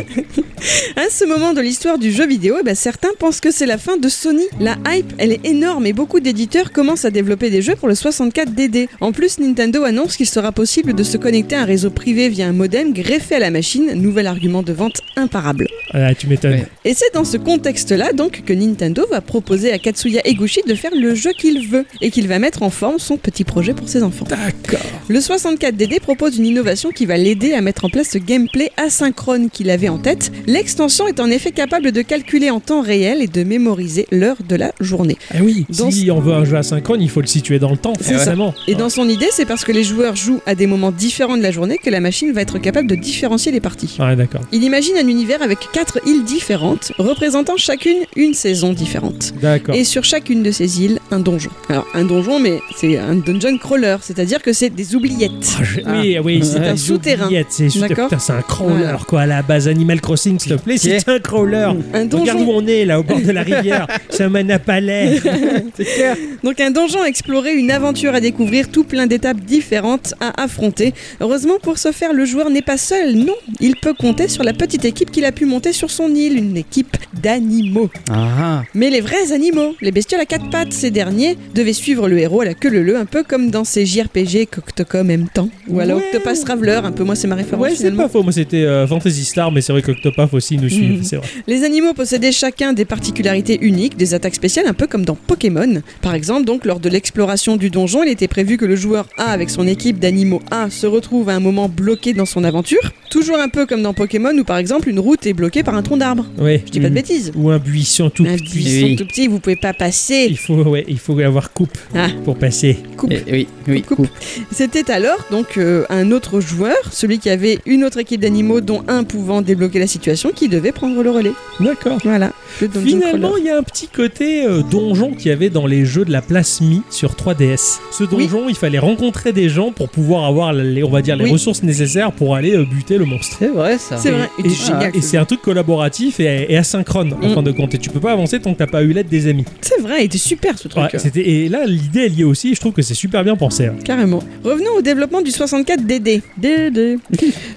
À ce moment de l'histoire du jeu vidéo, eh ben, certains pensent que c'est la fin de Sony. La hype, elle est énorme et beaucoup d'éditeurs commencent à développer des jeux pour le soixante-quatre D D. En plus, Nintendo annonce qu'il sera possible de se connecter à un réseau privé via un modem greffé à la machine, nouvel argument de vente imparable. Ah, tu m'étonnes. Ouais. Et c'est dans ce contexte-là donc que Nintendo va proposer à Katsuya Eguchi de faire le jeu qu'il veut et qu'il va mettre en forme son petit projet pour ses enfants. D'accord. Le soixante-quatre D D propose une innovation qui va l'aider à mettre en place ce gameplay asynchrone qu'il avait en tête. L'extension est en effet capable de calculer en temps réel et de mémoriser l'heure de la journée. Eh oui, Dans si on veut un jeu asynchrone, il faut le situer dans le temps, C'est forcément. Et dans son idée, c'est parce que les joueurs jouent à des moments différents de la journée que la machine va être capable de différencier les parties. Ouais, d'accord. Il imagine un univers avec quatre îles différentes, représentant chacune une saison différente. D'accord. Et sur chacune de ces îles, un donjon. Alors, un donjon, mais c'est un dungeon crawler, c'est-à-dire que c'est des oubliettes. Ah, je- Oui, oui, c'est C'est un des souterrain. oubliettes, C'est D'accord. putain, c'est un crawler, Voilà. quoi. À la base, Animal Crossing, s'il te plaît, c'est un crawler. Un Regarde où donjon, on est, là, au bord de la rivière. C'est un manapalais. C'est clair. donc un donjon à explorer, une aventure à découvrir, tout plein d'étapes différentes à affronter. Heureusement, pour ce faire, le joueur n'est pas seul, non. Il peut compter sur la petite équipe qu'il a pu monter sur son île, une équipe d'animaux. Ah. Mais les vrais animaux, les bestioles à quatre pattes, ces derniers devaient suivre le héros à la queue leu-leu, un peu comme dans ces J R P G qu'Octocom aime tant. Ou à la Ouais. Octopus Traveler, un peu moi c'est ma référence Ouais, c'est finalement. pas faux. Moi, c'était euh, Fantasy Star, mais c'est vrai qu'Octopath aussi nous suit, Mhm. c'est vrai. Les animaux possédaient chacun des particularités uniques, des attaques spéciales, un peu comme dans Pokémon. Par exemple, donc lors de l'exploration du donjon, il était prévu que le joueur A avec son équipe d'animaux A se retrouve à un moment bloqué dans son aventure. Toujours un peu comme dans Pokémon où par exemple une route est bloquée par un tronc d'arbre. Ouais. Je dis pas de bêtises. Ou un buisson tout Un petit. buisson Oui. tout petit, vous pouvez pas passer. Il faut, ouais, il faut avoir coupe Ah. pour passer. Coupe. Eh, oui, oui, Coupe, coupe. C'était alors donc euh, un autre joueur, celui qui avait une autre équipe d'animaux dont un pouvant débloquer la situation, qui devait prendre le relais. D'accord. Voilà. Le Dungeon Finalement, Crawler. il y a un petit côté euh, donjon qu'il y avait dans les jeux de la place Mi sur trois D S. Ce donjon, il fallait rencontrer des gens pour pouvoir avoir les, on va dire, les Oui. ressources nécessaires pour aller euh, buter le monstre. C'est vrai ça. C'est vrai. Et, Et et- génial. et c'est un truc collaboratif et, et asynchrone en Mm. fin de compte. Et tu peux pas avancer tant que t'as pas eu l'aide des amis. C'est vrai, il était super ce truc. Ouais, c'était, et là, l'idée est liée aussi. Je trouve que c'est super bien pensé. hein. Carrément. Revenons au développement du soixante-quatre D D. D D.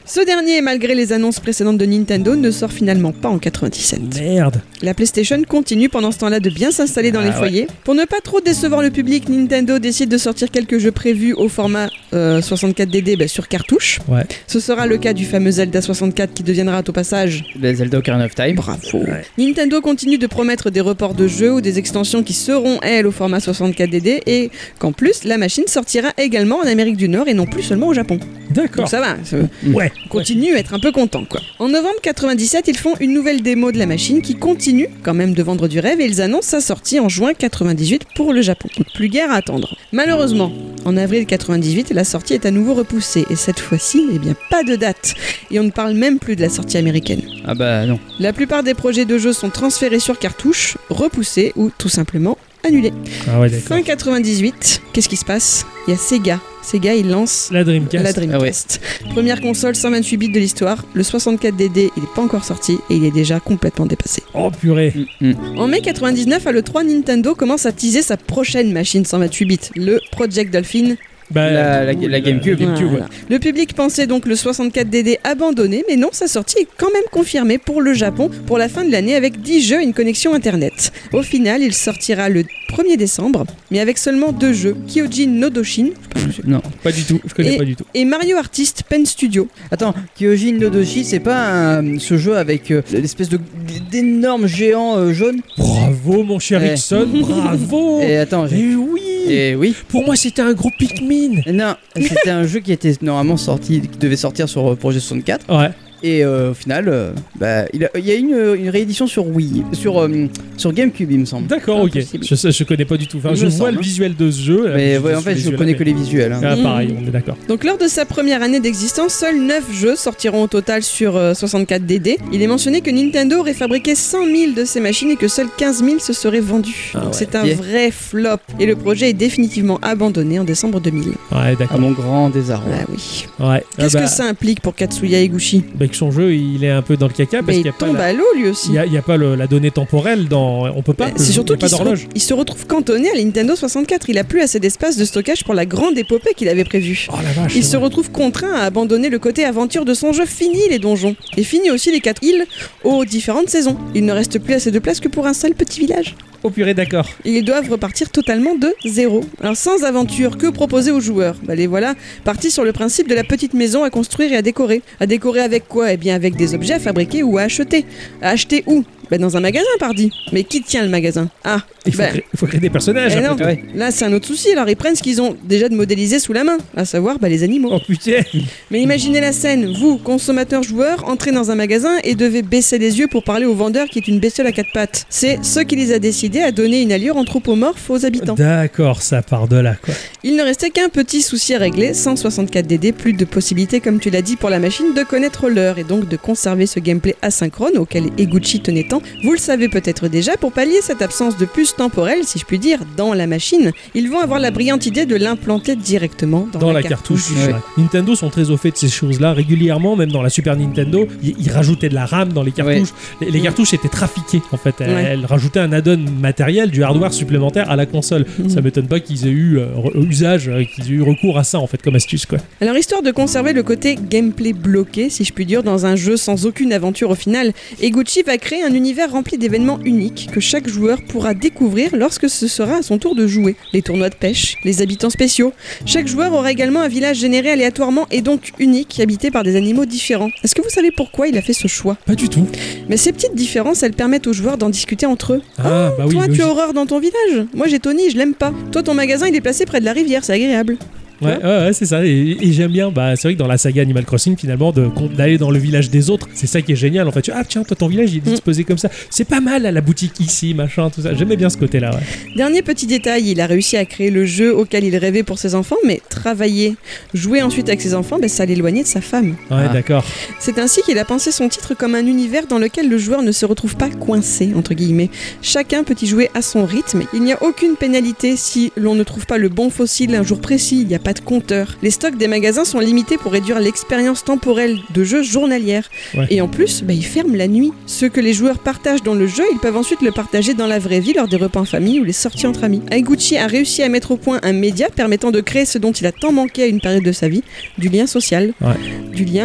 Ce dernier, malgré les annonces précédentes de Nintendo, ne sort finalement pas en quatre-vingt-dix-sept. Merde. La PlayStation continue pendant ce temps-là de bien s'installer dans Ah les ouais. foyers. Pour ne pas trop décevoir le public, Nintendo décide de sortir quelques jeux prévus au format euh, soixante-quatre D D bah, sur cartouche. Ouais. Ce sera le cas du fameux Zelda soixante-quatre qui deviendra au passage... Le Zelda Ocarina of Time. Bravo. Nintendo continue de promettre des reports de jeux ou des extensions qui seront, elles, au format soixante-quatre D D et qu'en plus, la machine sortira également en Amérique du Nord et non plus seulement au Japon. D'accord. Donc ça va, ça- Ouais. on continue à être un peu content quoi. En novembre quatre-vingt-dix-sept, ils font une nouvelle démo de la machine qui continue quand même de vendre du rêve et ils annoncent sa sortie en juin quatre-vingt-dix-huit pour le Japon. Donc plus guère à attendre. Malheureusement, en avril quatre-vingt-dix-huit, la sortie est à nouveau repoussée et cette fois-ci, eh bien pas de date. Et on ne parle même plus de la sortie américaine. Ah bah non. La plupart des projets de jeux sont transférés sur cartouche, repoussés ou tout simplement annulés. Ah ouais, d'accord. Fin quatre-vingt-dix-huit, qu'est-ce qui se passe? Il y a Sega. Sega, il lance La Dreamcast. la Dreamcast. Première console cent vingt-huit bits de l'histoire. Le soixante-quatre D D, il n'est pas encore sorti et il est déjà complètement dépassé. Oh purée. Mm, mm. En mai quatre-vingt-dix-neuf, à l'E trois, Nintendo commence à teaser sa prochaine machine cent vingt-huit bits, le Project Dolphin. Bah, La- la- du coup, la GameCube. GameCube, Voilà. ouais. Le public pensait donc le soixante-quatre D D abandonné, mais non, sa sortie est quand même confirmée pour le Japon pour la fin de l'année avec dix jeux et une connexion internet. Au final, il sortira le premier décembre, mais avec seulement deux jeux, Kyojin no Doshin Non. Pas du tout. Je connais Et- pas du tout. et Mario Artist Pen Studio. Attends, Kyojin no Doshi, c'est pas un- ce jeu avec euh, l'espèce de d'énormes géants euh, jaunes Bravo mon cher Eh. Ixon. Bravo. Et attends, j'ai... Eh oui. Et oui. Pour moi, c'était un gros Pikmin. Non, c'était un jeu qui était normalement sorti, qui devait sortir sur euh, Projet soixante-quatre. Ouais. Et euh, au final, euh, bah, il, a- il y a une, une réédition sur Wii, sur, euh, sur GameCube, il me semble. D'accord, ok. Impossible. Je, sais- je connais pas du tout. Enfin, Il je me vois semble, le hein. visuel de ce jeu. là, Mais j'ai ouais, en sous fait, les je yeux, connais là, que les visuels. hein. Ah, Mhm. pareil, on est d'accord. Donc lors de sa première année d'existence, seuls neuf jeux sortiront au total sur euh, soixante-quatre D D. Il est mentionné que Nintendo aurait fabriqué cent mille de ces machines et que seuls quinze mille se seraient vendus. Ah Donc ouais. c'est un Yeah. vrai flop. Et le projet est définitivement abandonné en décembre deux mille. Ouais, À d'accord. mon grand désarroi. Ah oui. Ouais. Qu'est-ce Ah bah, que ça implique pour Katsuya Eguchi? bah, que son jeu, il est un peu dans le caca parce Mais qu'il il y a pas tombe la- à l'eau lui aussi. il y a, il y a pas le- la donnée temporelle dans. On peut pas. Bah, il c'est y a surtout pas qu'il se, re- d'horloge. il se retrouve cantonné à la Nintendo soixante-quatre. Il a plus assez d'espace de stockage pour la grande épopée qu'il avait prévue. Oh la vache. Il c'est se vrai. retrouve contraint à abandonner le côté aventure de son jeu. Fini les donjons. Et fini aussi les quatre îles aux différentes saisons. Il ne reste plus assez de place que pour un seul petit village. Oh purée, d'accord. Et ils doivent repartir totalement de zéro. Alors sans aventure, que proposer aux joueurs? Bah les voilà, partis sur le principe de la petite maison à construire et à décorer. À décorer avec quoi? Eh bien avec des objets à fabriquer ou à acheter. À acheter où? Bah dans un magasin, pardi. Mais qui tient le magasin? Ah, Il faut, bah, créer, il faut créer des personnages. eh après non. tout. Ouais. là c'est un autre souci. Alors ils prennent ce qu'ils ont déjà de modélisé sous la main, à savoir bah, les animaux. Oh putain. Mais imaginez la scène, vous, consommateur joueur, entrez dans un magasin et devez baisser les yeux pour parler au vendeur qui est une bestiole à quatre pattes. C'est ce qui les a décidés à donner une allure anthropomorphe aux habitants. D'accord, ça part de là, quoi. Il ne restait qu'un petit souci à régler, cent soixante-quatre D D, plus de possibilités, comme tu l'as dit, pour la machine de connaître l'heure et donc de conserver ce gameplay asynchrone auquel Eguchi tenait tant. Vous le savez peut-être déjà, pour pallier cette absence de puce temporelle, si je puis dire, dans la machine, ils vont avoir la brillante idée de l'implanter directement dans, Dans, la, cartouche. du du jeu. jeu. Nintendo sont très au fait de ces choses-là régulièrement, même dans la Super Nintendo, ils, ils rajoutaient de la RAM dans les cartouches. Les, les Mm. cartouches étaient trafiquées en fait. Elles, Ouais. elles rajoutaient un add-on matériel, du hardware supplémentaire à la console. Mm. Ça m'étonne pas qu'ils aient eu euh, re- usage, euh, qu'ils aient eu recours à ça en fait comme astuce, quoi. Alors histoire de conserver le côté gameplay bloqué, si je puis dire, dans un jeu sans aucune aventure au final, Eguchi va créer un univers rempli d'événements uniques que chaque joueur pourra découvrir lorsque ce sera à son tour de jouer. Les tournois de pêche, les habitants spéciaux. Chaque joueur aura également un village généré aléatoirement et donc unique, habité par des animaux différents. Est-ce que vous savez pourquoi il a fait ce choix? Pas du tout. Mais ces petites différences, elles permettent aux joueurs d'en discuter entre eux. Ah, bah oui. Toi, tu logique. as horreur dans ton village. Moi, j'ai Tony, je l'aime pas. Toi, ton magasin, il est placé près de la rivière, c'est agréable. Ouais, ouais, ouais, c'est ça. Et, et j'aime bien, bah, c'est vrai que dans la saga Animal Crossing, finalement, de- d'aller dans le village des autres, c'est ça qui est génial. En fait, tu ah tiens, toi ton village il est disposé comme ça. C'est pas mal à la boutique ici, machin, tout ça. J'aimais bien ce côté-là. Ouais. Dernier petit détail, il a réussi à créer le jeu auquel il rêvait pour ses enfants, mais travailler, jouer ensuite avec ses enfants, ben, ça l'éloignait de sa femme. Ouais, Ah. d'accord. C'est ainsi qu'il a pensé son titre comme un univers dans lequel le joueur ne se retrouve pas coincé, entre guillemets. Chacun peut y jouer à son rythme. Il n'y a aucune pénalité si l'on ne trouve pas le bon fossile un jour précis, il n'y a pas de compteur. Les stocks des magasins sont limités pour réduire l'expérience temporelle de jeu journalière. Ouais. Et en plus, bah, ils ferment la nuit. Ce que les joueurs partagent dans le jeu, ils peuvent ensuite le partager dans la vraie vie lors des repas en famille ou les sorties entre amis. Eguchi a réussi à mettre au point un média permettant de créer ce dont il a tant manqué à une période de sa vie, du lien social, Ouais. du lien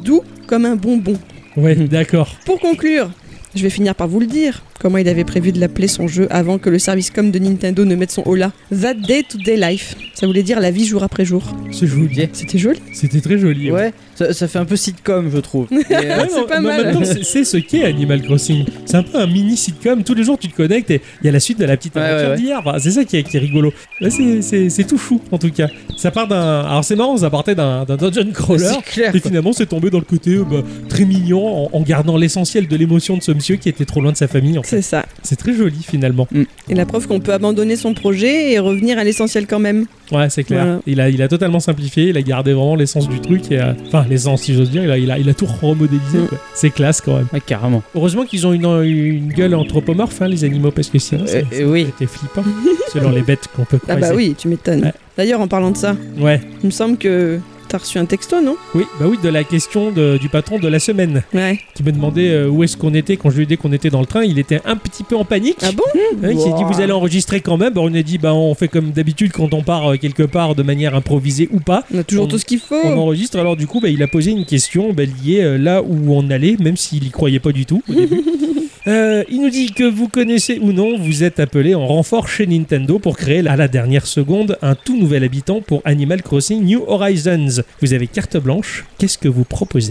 doux comme un bonbon. Ouais, d'accord. Pour conclure, je vais finir par vous le dire, comment il avait prévu de l'appeler son jeu avant que le service com de Nintendo ne mette son holà. That Day to Day Life. Ça voulait dire la vie jour après jour. C'est joli. C'était joli. C'était très joli. Ouais, ça, ça fait un peu sitcom, je trouve. Et, euh, Ouais, C'est non, pas mais mal. Maintenant, c'est, c'est ce qu'est Animal Crossing. C'est un peu un mini sitcom. Tous les jours, tu te connectes et il y a la suite de la petite Ouais, aventure ouais, ouais. d'hier. Enfin, c'est ça qui est, qui est rigolo. Là, c'est, c'est, c'est tout fou, en tout cas. Ça part d'un. Alors, c'est marrant, ça partait d'un, d'un dungeon crawler. c'est clair. Et quoi. finalement, c'est tombé dans le côté euh, bah, très mignon, en, en gardant l'essentiel de l'émotion de ce monsieur qui était trop loin de sa famille. En fait. C'est ça. C'est très joli, finalement. Et la preuve qu'on peut abandonner son projet et revenir à l'essentiel quand même. Ouais, c'est clair. Voilà. Il, a, il a totalement simplifié, il a gardé vraiment l'essence du truc. Et, euh, enfin, l'essence, si j'ose dire, il a, il a, il a tout remodélisé. Mm. quoi. C'est classe quand même. Ouais, carrément. Heureusement qu'ils ont une, une gueule anthropomorphe, hein, les animaux, parce que sinon, ça, Euh, ça euh, oui. aurait été flippant, selon les bêtes qu'on peut Ah croiser. bah oui, tu m'étonnes. Ouais. D'ailleurs, en parlant de ça, Ouais, il me semble que t'as reçu un texto, non? oui, bah oui, de la question de- du patron de la semaine, Ouais. qui me demandait euh, où est-ce qu'on était quand je lui ai dit qu'on était dans le train. Il était un petit peu en panique. Ah bon? Ouais, il s'est dit vous allez enregistrer quand même. Bah, on a dit bah on fait comme d'habitude quand on part euh, quelque part de manière improvisée ou pas. On a toujours On- tout ce qu'il faut. On enregistre, alors du coup bah, il a posé une question bah, liée euh, là où on allait, même s'il y croyait pas du tout au début. Euh, il nous dit que vous connaissez ou non, vous êtes appelé en renfort chez Nintendo pour créer à la dernière seconde un tout nouvel habitant pour Animal Crossing New Horizons. Vous avez carte blanche, qu'est-ce que vous proposez?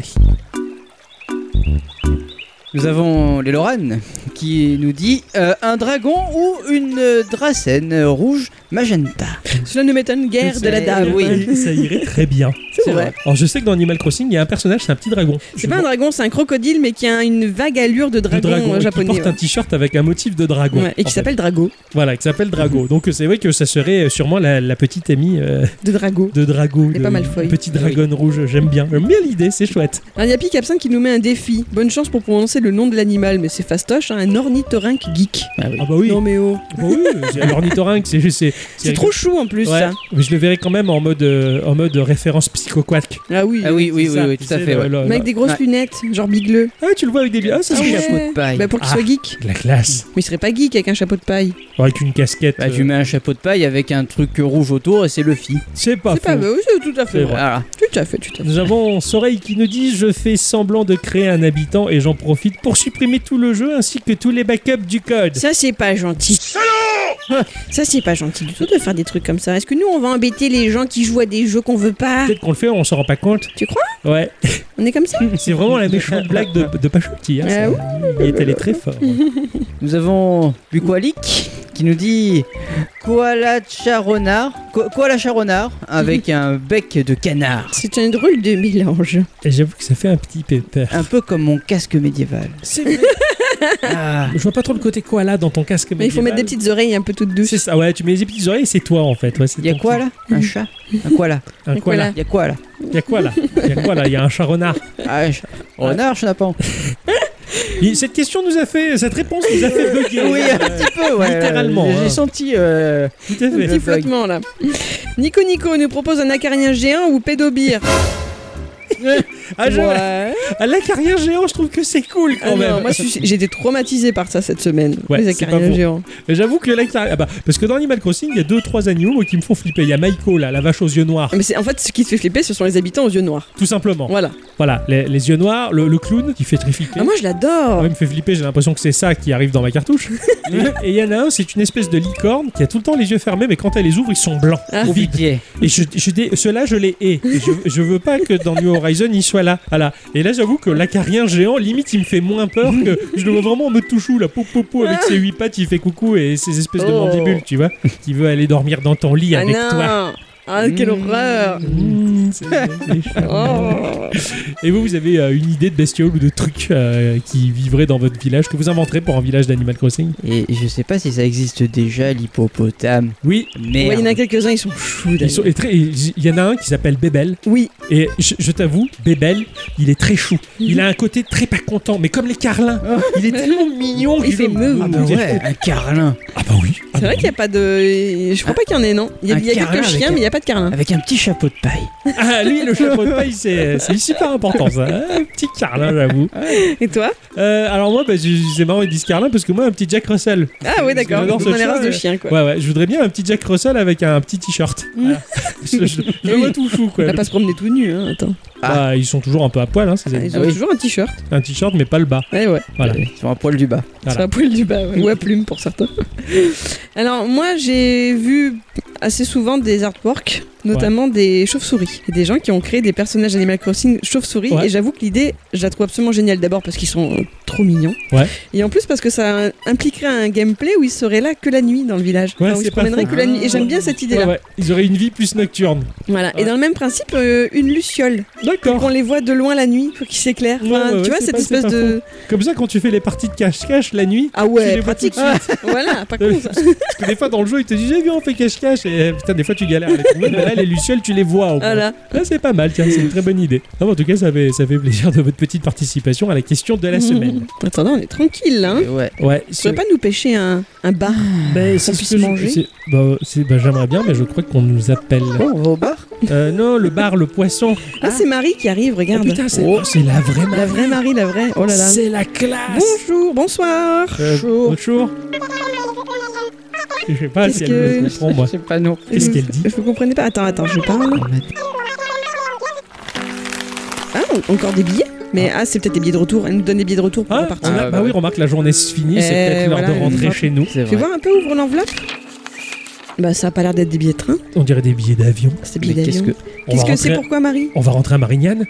Nous avons les Loran qui nous dit euh, un dragon ou une euh, dracène euh, rouge magenta. Cela ne m'étonne guère de la C'est- dame. oui. Ça irait très bien. C'est vrai. Alors je sais que dans Animal Crossing, il y a un personnage, c'est un petit dragon. C'est pas un dragon, c'est un crocodile, mais qui a une vague allure de de dragon, dragon euh, et qui japonais. porte ouais. un t-shirt avec un motif de dragon. Ouais, et en qui fait. s'appelle Drago. Voilà, qui s'appelle Drago. Donc c'est vrai que ça serait sûrement la, la petite amie euh, De Drago. de Drago. Et de- pas Malfoy. Petit dragon rouge, j'aime bien. J'aime bien l'idée, c'est chouette. Alors, il y a Pic Absinthe qui nous met un défi. Bonne chance pour prononcer le nom de l'animal, mais c'est fastoche, hein, un ornithorynque geek. Ah oui. Ah bah oui. Non mais oh. Bah oui, c'est- l'ornithorynque, c'est c'est C'est trop chou en plus, Ouais, ça. mais je le verrais quand même en mode euh, en mode référence psychoquaque. Ah oui. Ah oui, oui, oui, C'est ça, oui, tu tout à sais, fait. le- ouais. le- Mais avec des grosses Ouais. lunettes, genre bigleux. Ah, tu le vois avec des ah, ça Ah c'est ouais. chapeau de paille. Bah pour qu'il Ah. soit geek. la classe. Mais il serait pas geek avec un chapeau de paille. Avec une casquette. Bah, euh, tu mets un chapeau de paille avec un truc rouge autour et c'est Luffy. C'est pas C'est pas faux. vrai, oui, c'est tout à fait C'est vrai. vrai. Voilà. Tout à fait, tout à fait. Nous avons Soreille qui nous dit je fais semblant de créer un habitant et j'en profite pour supprimer tout le jeu ainsi que tous les backups du code. Ça c'est pas gentil. Ça c'est pas gentil du tout de faire des trucs comme ça. Est-ce que nous on va embêter les gens qui jouent à des jeux qu'on veut pas? Peut-être qu'on le fait, on s'en rend pas compte. Tu crois? Ouais, On est comme ça? c'est vraiment la méchante blague de, de Pachotti. Hein, Ah ça. oui. Il est allé très fort. Nous avons Bukwalik qui nous dit koala charonard, ko- koala charonard avec un bec de canard. C'est un drôle de mélange. Et j'avoue que ça fait un petit peu peur. Un peu comme mon casque médiéval. C'est vrai. Ah. Je vois pas trop le côté koala dans ton casque. Mais il faut mettre des médiéval. petites oreilles un peu toutes douces. C'est ça, ouais, tu mets des petites oreilles et c'est toi en fait. Ouais, c'est Y a ton quoi petit- là Un chat Un quoi là Un Un koala. koala. Y a quoi là Y a quoi là Y a quoi là Y a un chat renard. Ah, un chat. Renard, chenapan. Et cette question nous a fait, cette réponse nous a fait bugger. Oui, un petit peu, ouais. Littéralement, J'ai hein. senti. euh, Tout à Un fait. petit flottement là. Nico Nico nous propose un acarien géant ou pédobire. Ah, je- Ouais. à l'acarien géant, je trouve que c'est cool quand Ah même. non, moi je suis- j'ai été traumatisé par ça cette semaine. Ouais, les c'est pas acariens faux. géants. Mais j'avoue que l'acarien. Ah bah, parce que dans Animal Crossing, il y a deux trois animaux moi, qui me font flipper. Il y a Maiko, là, la vache aux yeux noirs, Mais c'est en fait ce qui te fait flipper, ce sont les habitants aux yeux noirs. tout simplement. Voilà. Voilà, les, les yeux noirs, le, le clown qui fait très flipper. Ah moi je l'adore. Ouais, il me fait flipper, j'ai l'impression que c'est ça qui arrive dans ma cartouche. Et il y en a un, c'est une espèce de licorne qui a tout le temps les yeux fermés, mais quand elle les ouvre, ils sont blancs. Ah. Au Au vide. pitié. Et je, je dé- ceux-là, je les hais. Et je, je veux pas que dans New Horizon, il soit là. Voilà. Et là, j'avoue que l'acarien géant, limite, il me fait moins peur que je le vois vraiment en mode touchou, là, pou, pou, pou, avec ses huit pattes, il fait coucou et ses espèces de Oh. mandibules, tu vois, qui veut aller dormir dans ton lit Ah avec non. toi. Ah quelle Mmh. horreur. Mmh, c'est- c'est charmant. Oh. Et vous, vous avez euh, une idée de bestiole ou de truc euh, qui vivrait dans votre village, que vous inventerez pour un village d'Animal Crossing? Et je sais pas si ça existe déjà, l'hippopotame. Oui, Mais Ouais, il y en a quelques-uns, ils sont choux ils d'ailleurs. sont- et très- il y en a un qui s'appelle Bébel. Oui. Et je, je t'avoue, Bébel, il est très chou. Il a un côté très pas content, mais comme les carlins. Il est tellement mignon. Il qu'il fait veut- meuh. Ah Ah bah bah ouais, un carlin. Ah bah oui. Ah C'est bah vrai qu'il n'y a pas de. Je crois pas qu'il y en ait, non. Il y a, Un il y a carlin quelques avec chiens, un mais il n'y a pas de carlin. Avec un petit chapeau de paille. Ah, lui, le chapeau de paille, c'est c'est super important, ça. Un petit Carlin, j'avoue. Et toi? Euh, alors moi, bah, j'ai- c'est marrant, ils disent Carlin parce que moi, un petit Jack Russell. Ah oui, d'accord. J'adore ce Dans les chat, races de euh, chiens, quoi. Ouais, ouais, je voudrais bien un petit Jack Russell avec un petit t-shirt. Voilà. je je, je le Oui. vois tout fou, quoi. On va pas se promener tout nu, hein, attends. Bah, ils sont toujours un peu à poil, hein, ces Ah, amis. ils ont Ah oui. toujours un t-shirt. Un t-shirt, mais pas le bas. Ouais, ouais. Voilà. Ils sont à poil du bas. Voilà. Sur la poêle du bas, ouais. Ou à plume pour certains. Alors, moi, j'ai vu assez souvent des artworks, notamment des chauves-souris. Il y a des gens qui ont créé des personnages Animal Crossing chauves-souris, Ouais. et j'avoue que l'idée, je la trouve absolument géniale. D'abord parce qu'ils sont euh, trop mignons. Ouais. Et en plus parce que ça impliquerait un gameplay où ils seraient là que la nuit dans le village. Ouais, Enfin, où ils c'est se pas promèneraient faux. que la nuit. Et j'aime bien cette idée-là. Ouais, ouais. Ils auraient une vie plus nocturne. Voilà. Ouais. Et dans le même principe, euh, une luciole. D'accord. Qu'on les voit de loin la nuit pour qu'ils s'éclairent. Ouais, Enfin, ouais, ouais, tu vois, c'est cette pas- c'est espèce pas de. Comme ça, quand tu fais les parties de cache-cache la nuit, Ah Tu les ouais, vois pratique. tout de Voilà, pas Euh, con ça. parce que des fois dans le jeu ils te disent eh, viens on fait cache-cache et putain des fois tu galères à les trouver, mais là les lucioles tu les vois au moins. Voilà. Là, c'est pas mal, tiens, c'est une très bonne idée. Non, mais en tout cas ça fait, ça fait plaisir de votre petite participation à la question de la semaine. Mmh. Attendez, on est tranquille là. Hein. Et ouais. Ouais, Tu pourrais pas nous pêcher un, un bar ben, qu'on ce puisse que je- manger c'est- bah, c'est- bah, j'aimerais bien mais je crois qu'on nous appelle. Oh, on va au bar. Euh, non, le bar, le poisson. Ah, c'est Marie qui arrive, Oh regarde. putain, c'est Oh, oh, c'est la vraie la Marie. vraie Marie, la vraie. Oh là là. C'est la classe. Bonjour, bonsoir. Euh, Bonjour. bonjour. Je sais pas Qu'est-ce si que- elle me comprend moi. Je sais pas non. Qu'est-ce qu'elle dit? Vous comprenez pas? Attends, attends, je parle. Ah, encore des billets? Mais ah, c'est peut-être des billets de retour. Elle nous donne des billets de retour pour Ah, repartir. on a- Ah, bah bah oui, remarque, la journée se finit, c'est Eh, peut-être l'heure voilà, de rentrer une chez nous. C'est Fais vrai. voir un peu, ouvre l'enveloppe. Bah, ça a pas l'air d'être des billets de train. On dirait des billets d'avion. C'est des billets Mais qu'est-ce d'avion. que. On Qu'est-ce va que c'est rentrer- pourquoi, Marie? On va rentrer à Marignane.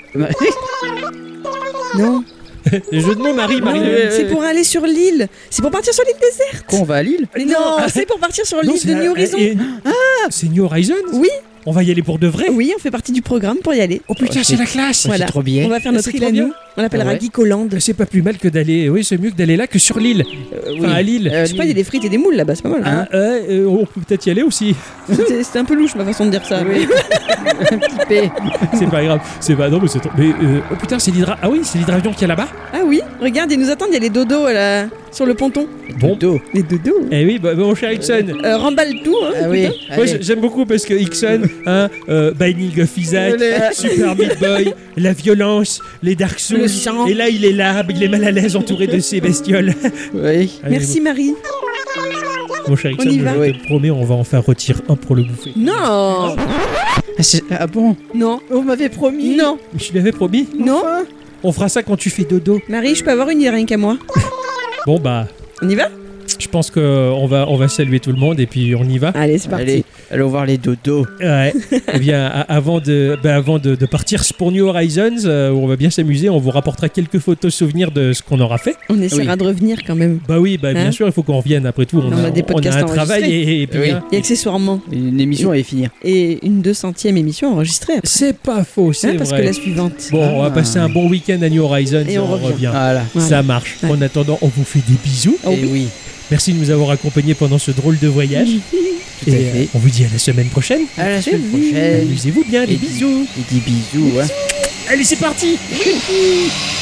Non. Les jeux de mots, Marie, Non, Marignane. c'est pour aller sur l'île. C'est pour partir sur l'île déserte. Quoi, on va à Lille? Mais non, c'est pour partir sur Non, l'île c'est de la- New Horizon. et- C'est New Horizon? Oui. On va y aller pour de vrai? Oui, on fait partie du programme pour y aller. Oh putain, Oh, c'est la classe! Voilà. C'est trop bien. On va faire Ah, notre c'est île trop à bien. nous. On l'appellera Ah ouais. Geekoland. C'est pas plus mal que d'aller. Oui, c'est mieux que d'aller là que sur l'île. Euh, Enfin, à Lille. Euh, Je sais pas, il y a des frites et des moules là-bas, c'est pas mal. Ah, euh, euh, on peut peut-être y aller aussi. C'était c'était un peu louche ma façon de dire ça. Oui. Un petit P. C'est pas grave. C'est pas. Non, mais c'est. trop- Mais euh, oh putain, c'est l'hydra. Ah oui, c'est l'hydravion qui est là-bas. Ah oui, regarde, ils nous attendent, il y a les dodos à la- sur le ponton. Bon. Dos. Les dodos. Eh oui, bah, mon cher Ixon. Euh, remballe tout, hein. Ah oui. écoute, Moi Allez. j'ai- j'aime beaucoup parce que Ixon, hein, euh, Binding of Isaac, Allez. Super Meat Boy, la violence, les Dark Souls, Le sang. et là il est là, il est mal à l'aise entouré de ses bestioles. Oui. Allez, Merci Marie. mon cher Ixon, On y je va. te promets, on va en faire retirer un pour le bouffer. Non. Ah, c'est- ah bon? Non. Vous m'avez promis. Non. Je l'avais promis, Non. on fera ça quand tu fais dodo. Marie, je peux avoir une idée rien qu'à moi. Bon bah, On y va? je pense qu'on va, on va saluer tout le monde et puis on y va. Allez, c'est parti. Allez, allons voir les dodos. Ouais. Eh bien, a- avant de, bah, avant de, de partir pour New Horizons, euh, où on va bien s'amuser, on vous rapportera quelques photos souvenirs de ce qu'on aura fait. On essaiera Oui. de revenir quand même. Bah oui, bah bien Hein sûr, il faut qu'on revienne après tout. On, On a des podcasts un travail enregistrés. et, et puis Oui. hein, Et accessoirement. Une émission allait finir. Et une deux centième émission enregistrée après. c'est pas faux, c'est Hein, parce vrai. que la suivante. Bon, on va Ah. passer un bon week-end à New Horizons Et on revient. Voilà. Voilà. Ça marche. Ouais. En attendant, on vous fait des bisous. Oh Et oui. oui. Merci de nous avoir accompagnés pendant ce drôle de voyage. Tout et à fait. euh, on vous dit à la semaine prochaine. À la semaine Salut. prochaine. Amusez-vous bien, des Et bisous. Et des bisous. Hein. Allez, c'est parti.